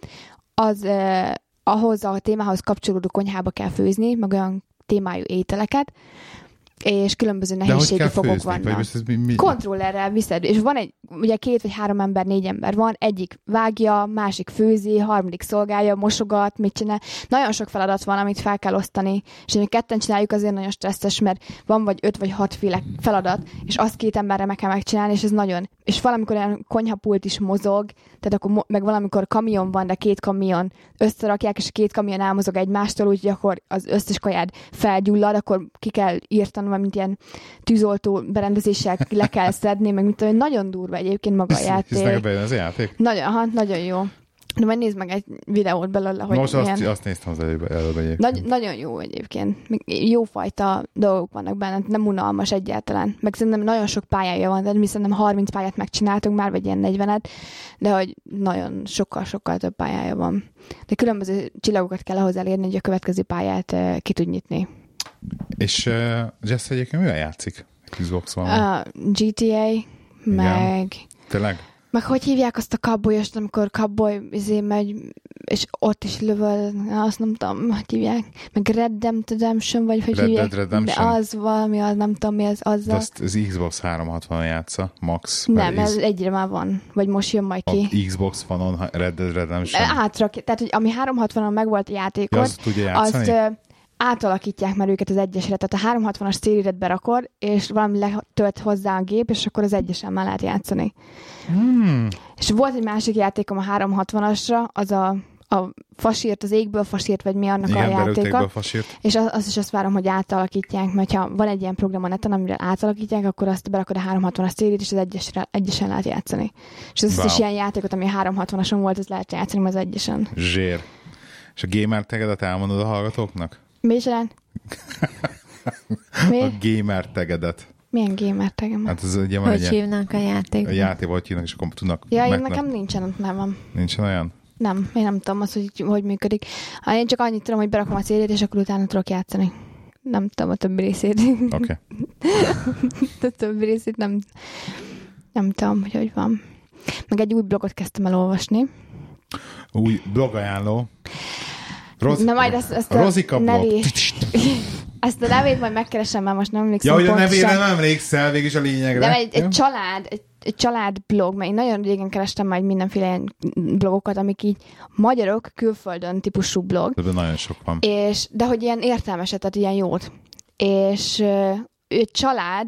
ahhoz a témához kapcsolódó konyhába kell főzni, meg olyan témájú ételeket, és különböző nehézségi fokok vannak. Kontrollerrel viszed, és van ugye 2 vagy 3 ember, 4 ember van, egyik vágja, másik főzi, harmadik szolgálja, mosogat, mit csinál. Nagyon sok feladat van, amit fel kell osztani, és hogy ketten csináljuk, azért nagyon stresszes, mert van vagy 5 vagy 6 féle feladat, és azt 2 emberre meg kell megcsinálni, és ez nagyon. És valamikor olyan konyhapult is mozog, tehát akkor meg valamikor kamion van, de 2 kamion összerakják, és 2 kamion elmozog egymástól, úgyhogy akkor az összes kajád felgyullad, akkor ki kell írtanom, mint ilyen tűzoltó berendezéssel le kell szedni, meg mint olyan nagyon durva egyébként maga a játék. Ez neked bejön az a játék? Nagyon jó. De majd nézd meg egy videót belőle, hogy most azt néztem az előbb egyébként. Nagyon jó egyébként. Jófajta dolgok vannak benne, nem unalmas egyáltalán. Meg szerintem nagyon sok pályája van, de mi szerintem 30 pályát megcsináltunk már, vagy ilyen 40-et, de hogy nagyon sokkal több pályája van. De különböző csillagokat kell ahhoz elérni, hogy a következő pályát ki tud nyitni. És Jess egyébként mivel játszik? Xbox van? GTA, meg... Tényleg? Meg hogy hívják azt a cowboyost, amikor cowboy megy, és ott is lövöl, azt nem tudom, hogy hívják. Meg Red Dead Redemption, vagy hogy hívják. Redemption? Az valami, az nem tudom mi az azzal. De azt az Xbox 360-on játsza, max. Nem, ez egyre már van, vagy most jön majd ki. A Xbox One-on Red Dead Redemption. Tehát, hogy ami 360-on meg volt a játékod, azt tudja játszani? Azt átalakítják már őket az egyesre, tehát a 360-as széridet berakod, és valami letölt hozzá a gép, és akkor az egyesen már lehet játszani. És volt egy másik játékom a 360-asra, az a fasírt, az égből fasírt, vagy mi annak a játéka. És azt várom, hogy átalakítják, mert ha van egy ilyen program a neten, amivel átalakítják, akkor azt berakod a 360-as szérit, és az egyesen lehet játszani. És az is ilyen játékot, ami a 360-ason volt, az lehet játszani az egyesen. Zsér. És a gamer tagedet elmondod a hallgatóknak? Mi csinál? A gamer tagedet. Milyen gamer tagem? Hát ez ugye van hogy hívnak a játékban? A játékban hogy hívnak, és akkor tudnak... Ja, nekem nincsen ott nevem. Nincsen olyan? Nem, én nem tudom azt, hogy működik. Én csak annyit tudom, hogy berakom a CD-t, és akkor utána tudok játszani. Nem tudom a többi részét. Oké. A többi részét nem tudom, hogy van. Meg egy új blogot kezdtem el olvasni. Új blogajánló. Na majd ezt a Rozika nevét... Ezt a nevét majd megkeresem, mert most nem emlékszem. Ja, hogy a nevére nem emlékszel, végig a lényegre. De egy család blog, mert én nagyon régen kerestem majd mindenféle ilyen blogokat, amik így magyarok külföldön típusú blog. De nagyon sok van. De hogy ilyen értelmeset, tehát ilyen jót. És ő család,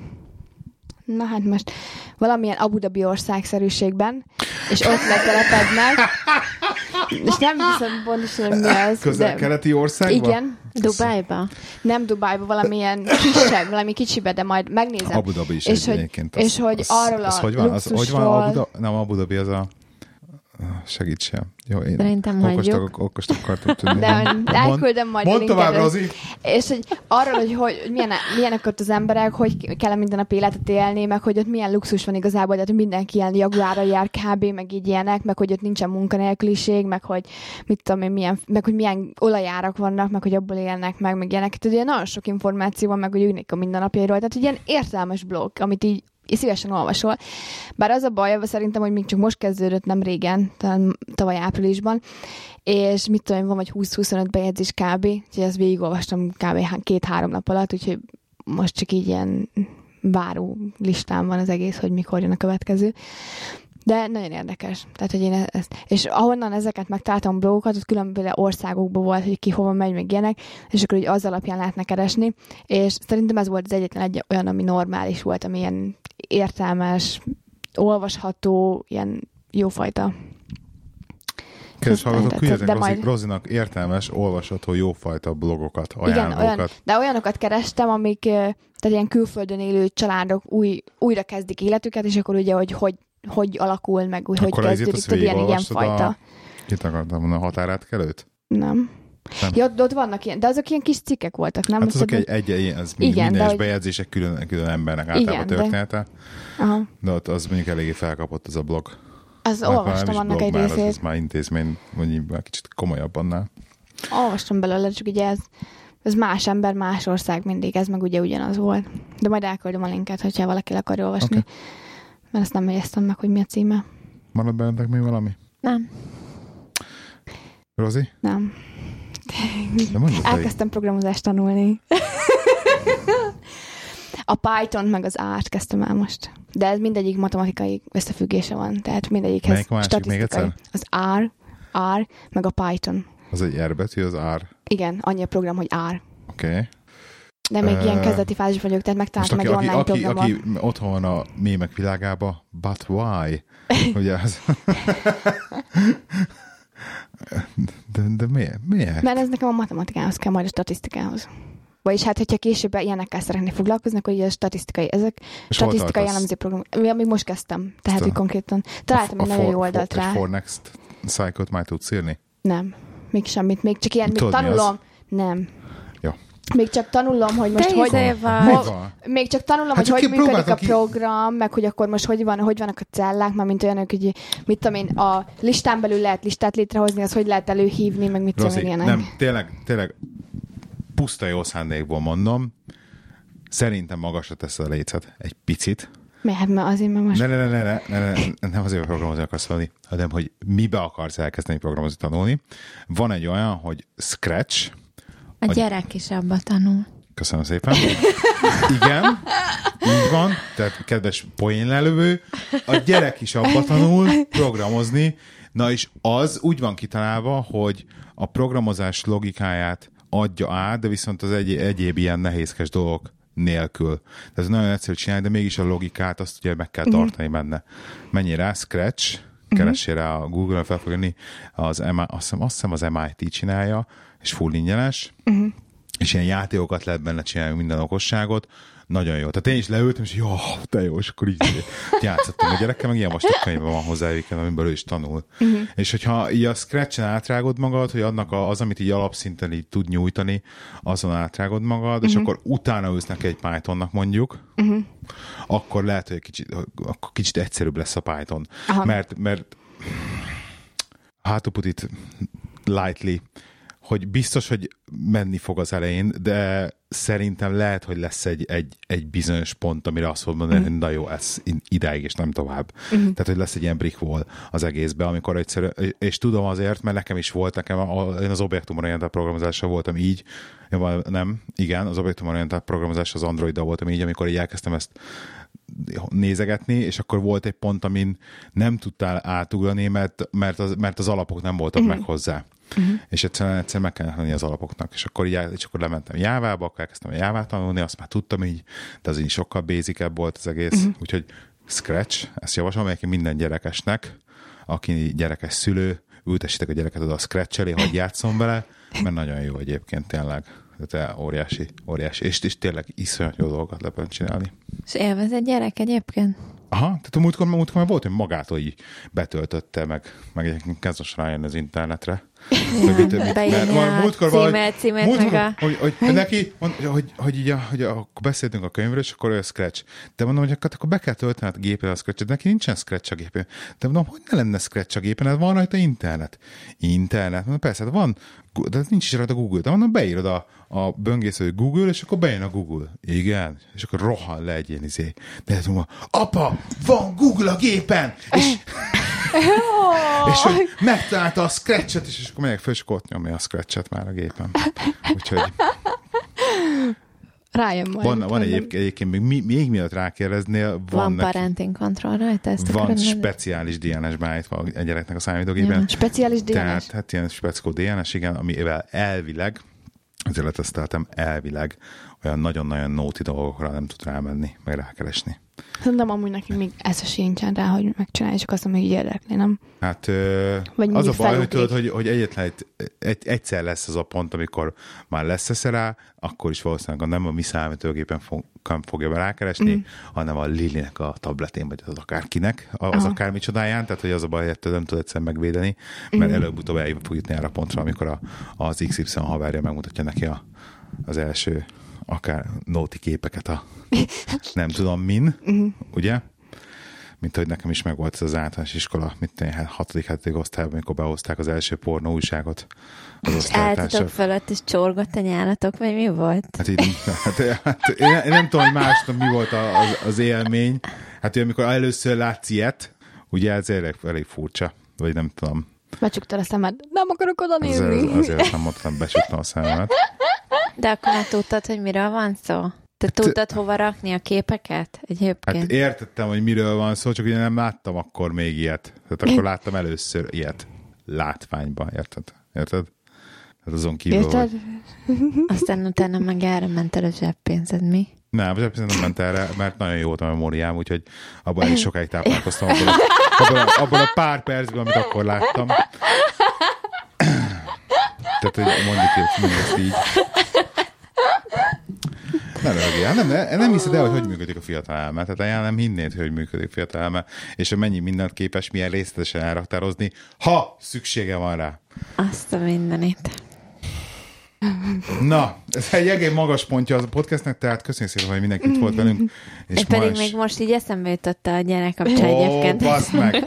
na hát most valamilyen Abu Dhabi országszerűségben, és ott letelepednek, és nem hiszem pontosan, hogy mi az. Közel-keleti országban? Igen. Dubájba? Nem Dubájba, valamilyen kisebb, valami kicsibe, de majd megnézem. Abu Dhabi is és egyébként. És hogy arról a luxusról... Hogy van nem Abu Dhabi, az a... Segítsen. Jó, én okostok akartam tudni. De elküldöm majd a linket. Mondd tovább, Rozi! És hogy arról, hogy milyenek ott az emberek, hogy kell minden nap életet élni, meg hogy ott milyen luxus van igazából, tehát mindenki ilyen Jaguárral jár kb, meg így ilyenek, meg hogy ott nincsen munkanélküliség, meg hogy mit tudom én, meg hogy milyen olajárak vannak, meg hogy abból élnek meg ilyenek. Tehát ugye nagyon sok információ van, meg hogy ülnek a mindennapjairól. Tehát egy ilyen értelmes blog, amit így szívesen olvasol. Bár az a baj, szerintem, hogy még csak most kezdődött, nem régen, tavaly áprilisban, és mit tudom, van vagy 20-25 bejegyzés kb. Úgyhogy ezt végigolvastam kb. 2-3 nap alatt, úgyhogy most csak így ilyen váró listán van az egész, hogy mikor jön a következő. De nagyon érdekes. Tehát, hogy én és ahonnan ezeket megtaláltam blogokat, ott különböző országokban volt, hogy ki hova megy, meg ilyenek, és akkor az alapján lehetne keresni. És szerintem ez volt az egyetlen egy olyan, ami normális volt, ami ilyen értelmes, olvasható, ilyen jófajta. Kedves hallgatók, küldjetek Rozinak értelmes, olvasható, jófajta blogokat, ajánlókat. Igen, de olyanokat kerestem, amik tehát ilyen külföldön élő családok újra kezdik életüket, és akkor ugye, hogy alakul, meg hogy kezdődik, tudod, ilyen fajta. Itt akartam mondani, a határátkelőt? Nem. Ja, ott vannak ilyen, de azok ilyen kis cikkek voltak, nem? Hát azok az minden bejegyzések külön embernek általában története. De ott az mondjuk eléggé felkapott az a blog. Az olvastam annak egy részét. Ez már intézmény, vagy már kicsit komolyabb annál. Olvastam belőle, csak ugye ez más ember, más ország mindig, ez meg ugye ugyanaz volt. De majd elküldöm a linket, hogyha valaki le akarja olvasni. Okay. Mert ezt nem jegyeztem meg, hogy mi a címe. Marad bennetek még valami? Nem. Rozi? Nem. Elkezdtem programozást tanulni. A Python meg az R-t kezdtem el most. De ez mindegyik matematikai összefüggése van. Tehát mindegyikhez melyik másik még egyszer? Az R, meg a Python. Az egy R betű, az R? Igen, annyi a program, hogy R. Oké. Okay. De még ilyen kezdeti fázis vagyok, tehát megtaláltam egy online programot. Aki otthon van a mémek világába, but why? Ugye az... De miért? Mert ez nekem a matematikához kell, majd a statisztikához. Vagyis hát, hogyha később ilyenekkel szeretnék foglalkozni, akkor ugye a statisztikai elemző program. Még most kezdtem, tehát hogy konkrétan találtam egy nagyon jó oldalt rá. És for next cycle-t már tudsz írni? Nem, még semmit. Még csak ilyen, még tanulom. Nem. Jó. Még csak tanulom, hogy most még csak tanulom, hát hogy működik a program, meg hogy akkor most hogy vannak a cellák, már mint olyanok, hogy mit tudom én, a listán belül lehet listát létrehozni, az hogy lehet előhívni, meg mit tudom én ilyenek. Nem, tényleg puszta jó szándékból mondom, szerintem magasra teszed a lécet egy picit. Mert azért, mert most... Nem azért, hogy programozni akarsz tanulni, hanem, hogy mibe akarsz elkezdeni programozni tanulni. Van egy olyan, hogy Scratch. A gyerek is abba tanul. Köszönöm szépen. Igen, így van, tehát kedves poénlelövő, a gyerek is abba tanul programozni, na és az úgy van kitalálva, hogy a programozás logikáját adja át, de viszont az egyéb ilyen nehézkes dolgok nélkül. Tehát nagyon egyszerű csinálni, de mégis a logikát azt ugye meg kell tartani benne. Menjél rá, Scratch, keressél rá a Google-on, fel fog jönni, azt hiszem az MIT csinálja, és full ingyenes, és ilyen játékokat lehet benne csinálni, minden okosságot, nagyon jó. Tehát én is leültem, és jó, de jó, és akkor így játszottam a gyerekkel, meg ilyen vastag könyvben van hozzá, amiből ő is tanul. És hogyha így a Scratch-en átrágod magad, hogy annak az, amit így alapszinten így tud nyújtani, azon átrágod magad, és akkor utána ülsz neki egy Pythonnak mondjuk, akkor lehet, hogy kicsit egyszerűbb lesz a Python. Mert how to put it lightly, hogy biztos, hogy menni fog az elején, de szerintem lehet, hogy lesz egy bizonyos pont, amire azt fogod mondani, hogy na jó, ez idáig, és nem tovább. Tehát, hogy lesz egy ilyen brick wall az egészben, amikor egyszerű, és tudom azért, mert nekem is volt, én az objektumorientált programozással voltam így, az objektumorientált programozás az Androiddal voltam így, amikor így elkezdtem ezt nézegetni, és akkor volt egy pont, amin nem tudtál átugrani, mert az alapok nem voltak meg hozzá. És egyszerűen meg kellene lenni az alapoknak. És akkor lementem Jávába, akkor elkezdtem a Jávát tanulni, azt már tudtam így, de az így sokkal basicebb volt az egész. Úgyhogy Scratch, ezt javaslom egyébként minden gyerekesnek, aki gyerekes szülő, ültessétek a gyereket oda a Scratch elé, hogy játszom vele, mert nagyon jó egyébként tényleg. Tehát óriási. És tényleg iszonyat jó dolgokat lehet csinálni. És élvez egy gyerek egyébként? Aha, tehát a múltkor már volt, hogy magától így betöltötte, meg egyébként kezd most rájönni az internetre. Hogy akkor beszéltünk a könyvről, és akkor olyan Scratch. De mondom, hogy akkor be kell töltened a gépen a Scratch-et, de neki nincsen Scratch a gépen. De mondom, hogy ne lenne Scratch a gépen, hát van rajta internet. Mondom, persze, hát van, de nincs is rajta Google. De mondom, beírod a böngésző Google, és akkor bejön a Google. Igen. És akkor rohan le egy ilyen izé. De mondom, apa, van Google a gépen! És hogy megtalálta a Scratch-et, és akkor megyek föl, és akkor ott nyomja a Scratch-et már a gépen. Úgyhogy... Rájön majd. Van egyébként még mielőtt rákérdeznél, van parenting control rajta? Van speciális DNS beállítva egy gyereknek a számítógépben. Speciális DNS? Tehát hát ilyen speckó DNS, igen, amivel elvileg, azért leteszteltem, elvileg olyan nagyon-nagyon nóti dolgokra nem tud rámenni, meg rákeresni. Szerintem amúgy neki még ez a sincsen rá, hogy megcsinálja, csak azt mondom, hogy érdekli, nem? Hát az a baj, hogy egyetlen egyszer lesz az a pont, amikor már lesz rá, akkor is valószínűleg nem a mi számítógépen fogja rákeresni, hanem a Lilinek a tabletén, vagy az akárkinek, az akármicsodáján, tehát hogy az a baj, hogy nem tud egyszer megvédeni, mert előbb-utóbb el fog jutni erre a pontra, amikor az XY haverja megmutatja neki az első akár nóti képeket a nem tudom min, ugye? mint hogy nekem is megvolt ez az általános iskola, 6.-7. osztályban, amikor behozták az első pornó újságot az osztálytársak. Álltatok fölött, és csorgott a nyálatok, vagy mi volt? Hát én nem tudom, hogy másnak mi volt az élmény. Hát, hogy amikor először látsz ilyet, ugye ez elég furcsa, vagy nem tudom. Becsuktad a szemed. Nem akarok oda nézni. Azért nem mondtam, becsuktam a szememet. De akkor már tudtad, hogy miről van szó? Te tudtad hova rakni a képeket egyébként? Hát értettem, hogy miről van szó, csak ugye nem láttam akkor még ilyet. Tehát akkor láttam először ilyet látványban, érted? Hát azon kívül, érted? Aztán utána meg erre ment el a zseppénzed, mi? Nem, a zseppénzed nem ment erre, mert nagyon jó volt a memóriám, úgyhogy abban elég sokáig táplálkoztam abban a pár percben, amit akkor láttam. Tehát, hogy mondjuk ezt így. Nem hiszed el, hogy működik a fiatal elme. Tehát nem hinnéd, hogy működik a fiatal elme, és hogy mennyi mindent képes milyen részletesen elraktározni, ha szüksége van rá. Azt a mindenit. Na, ez egy egész magas pontja az a podcastnek, tehát köszönjük szépen, hogy mindenki itt volt velünk. És pedig még most így eszembe jutott a gyerek kapcsán egyébként. Basz meg!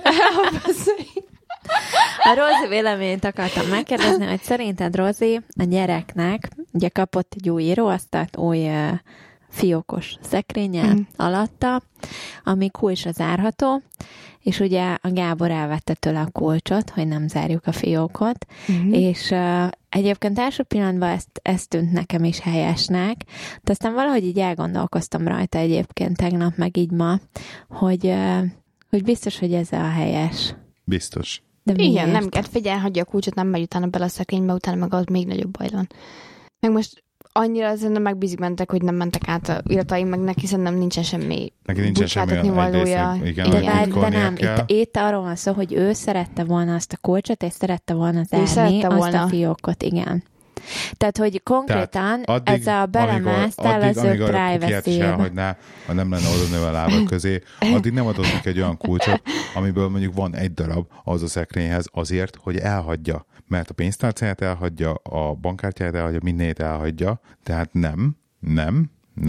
A Rózi véleményt akartam megkérdezni, hogy szerinted, Rózi, a gyereknek ugye kapott egy új íróasztalt, új fiókos szekrényel alatta, ami kulcsra zárható, és ugye a Gábor elvette tőle a kulcsot, hogy nem zárjuk a fiókot, és egyébként első pillanatban ezt tűnt nekem is helyesnek, de aztán valahogy így elgondolkoztam rajta egyébként tegnap, meg így ma, hogy biztos, hogy ez a helyes. Biztos. De igen, nem kell, figyelj, hagyja a kulcsot, nem megy utána bele a szekrénybe, utána meg az még nagyobb baj van. Meg most annyira azért nem megbízik mentek, hogy nem mentek át a irataim, meg neki szerintem nincsen semmi bocsáthatni valója. De nem, itt arról van szó, hogy ő szerette volna azt a kulcsot, és szerette volna zárni azt a fiókot, igen. Tehát, hogy konkrétan ez a belemásztál az ő privacy-be. Ha nem lenne oda nőve a lábak közé, addig nem adott neki egy olyan kulcsot, amiből mondjuk van egy darab az a szekrényhez azért, hogy elhagyja. Mert a pénztárcáját elhagyja, a bankkártyáját elhagyja, mindent elhagyja. Tehát nem.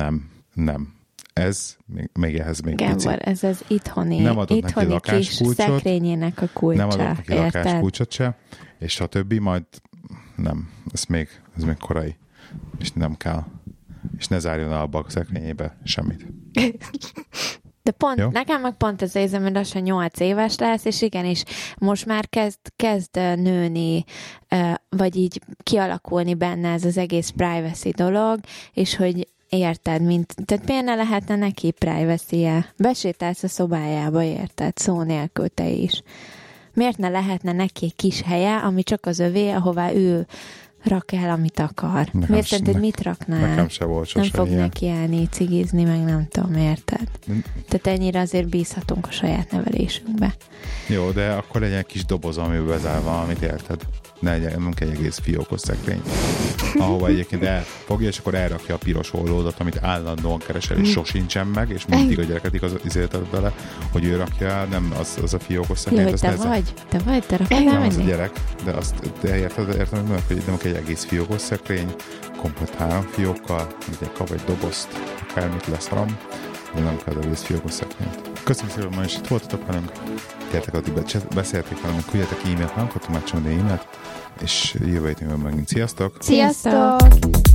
Ez még ehhez még Gábor, pici. ez az itthoni kis szekrényének a kulcsa. Nem adott neki lakáskulcsot se, és a többi majd nem. Ez még korai. És nem kell. És ne zárjon el a szekrényébe semmit. De pont, nekem meg pont ez érzem, hogy lassan 8 éves lesz, és igenis most már kezd nőni, vagy így kialakulni benne ez az egész privacy dolog, és hogy érted, tehát miért ne lehetne neki privacy-je? Besétálsz a szobájába, érted? Szó nélkül te is. Miért ne lehetne neki egy kis helye, ami csak az övé, ahová ő rak el, amit akar? Miért szerinted mit raknál? Nekem se volt sosem. Nem fog neki állni, cigizni, meg nem tudom, érted? Tehát ennyire azért bízhatunk a saját nevelésünkbe. Jó, de akkor legyen egy kis doboz, amiben bezárva, amit érted. Nem kell egy egész fiókos szekrény. Ahova egyébként elfogja, és akkor elrakja a piros ollódat, amit állandóan keresel, és sosincsen meg, és mindig a gyereket izélted bele, hogy ő rakja el, nem az a fiókos szekrény. Jó, te rakod nem az a gyerek, de azt érted, hogy nem egy egész fiókos szekrény, komplet 3 fiókkal, egy kap egy dobozt, akármit leszarom, de nem kell egész fiókos szekrényt. Köszönöm szépen, hogy ma is itt voltatok velünk. Gyertek, addig beszéltek velünk, küldjetek e-mailt, nem kaptam már csomó e-mailt, és jövő héten megint. Sziasztok! Sziasztok!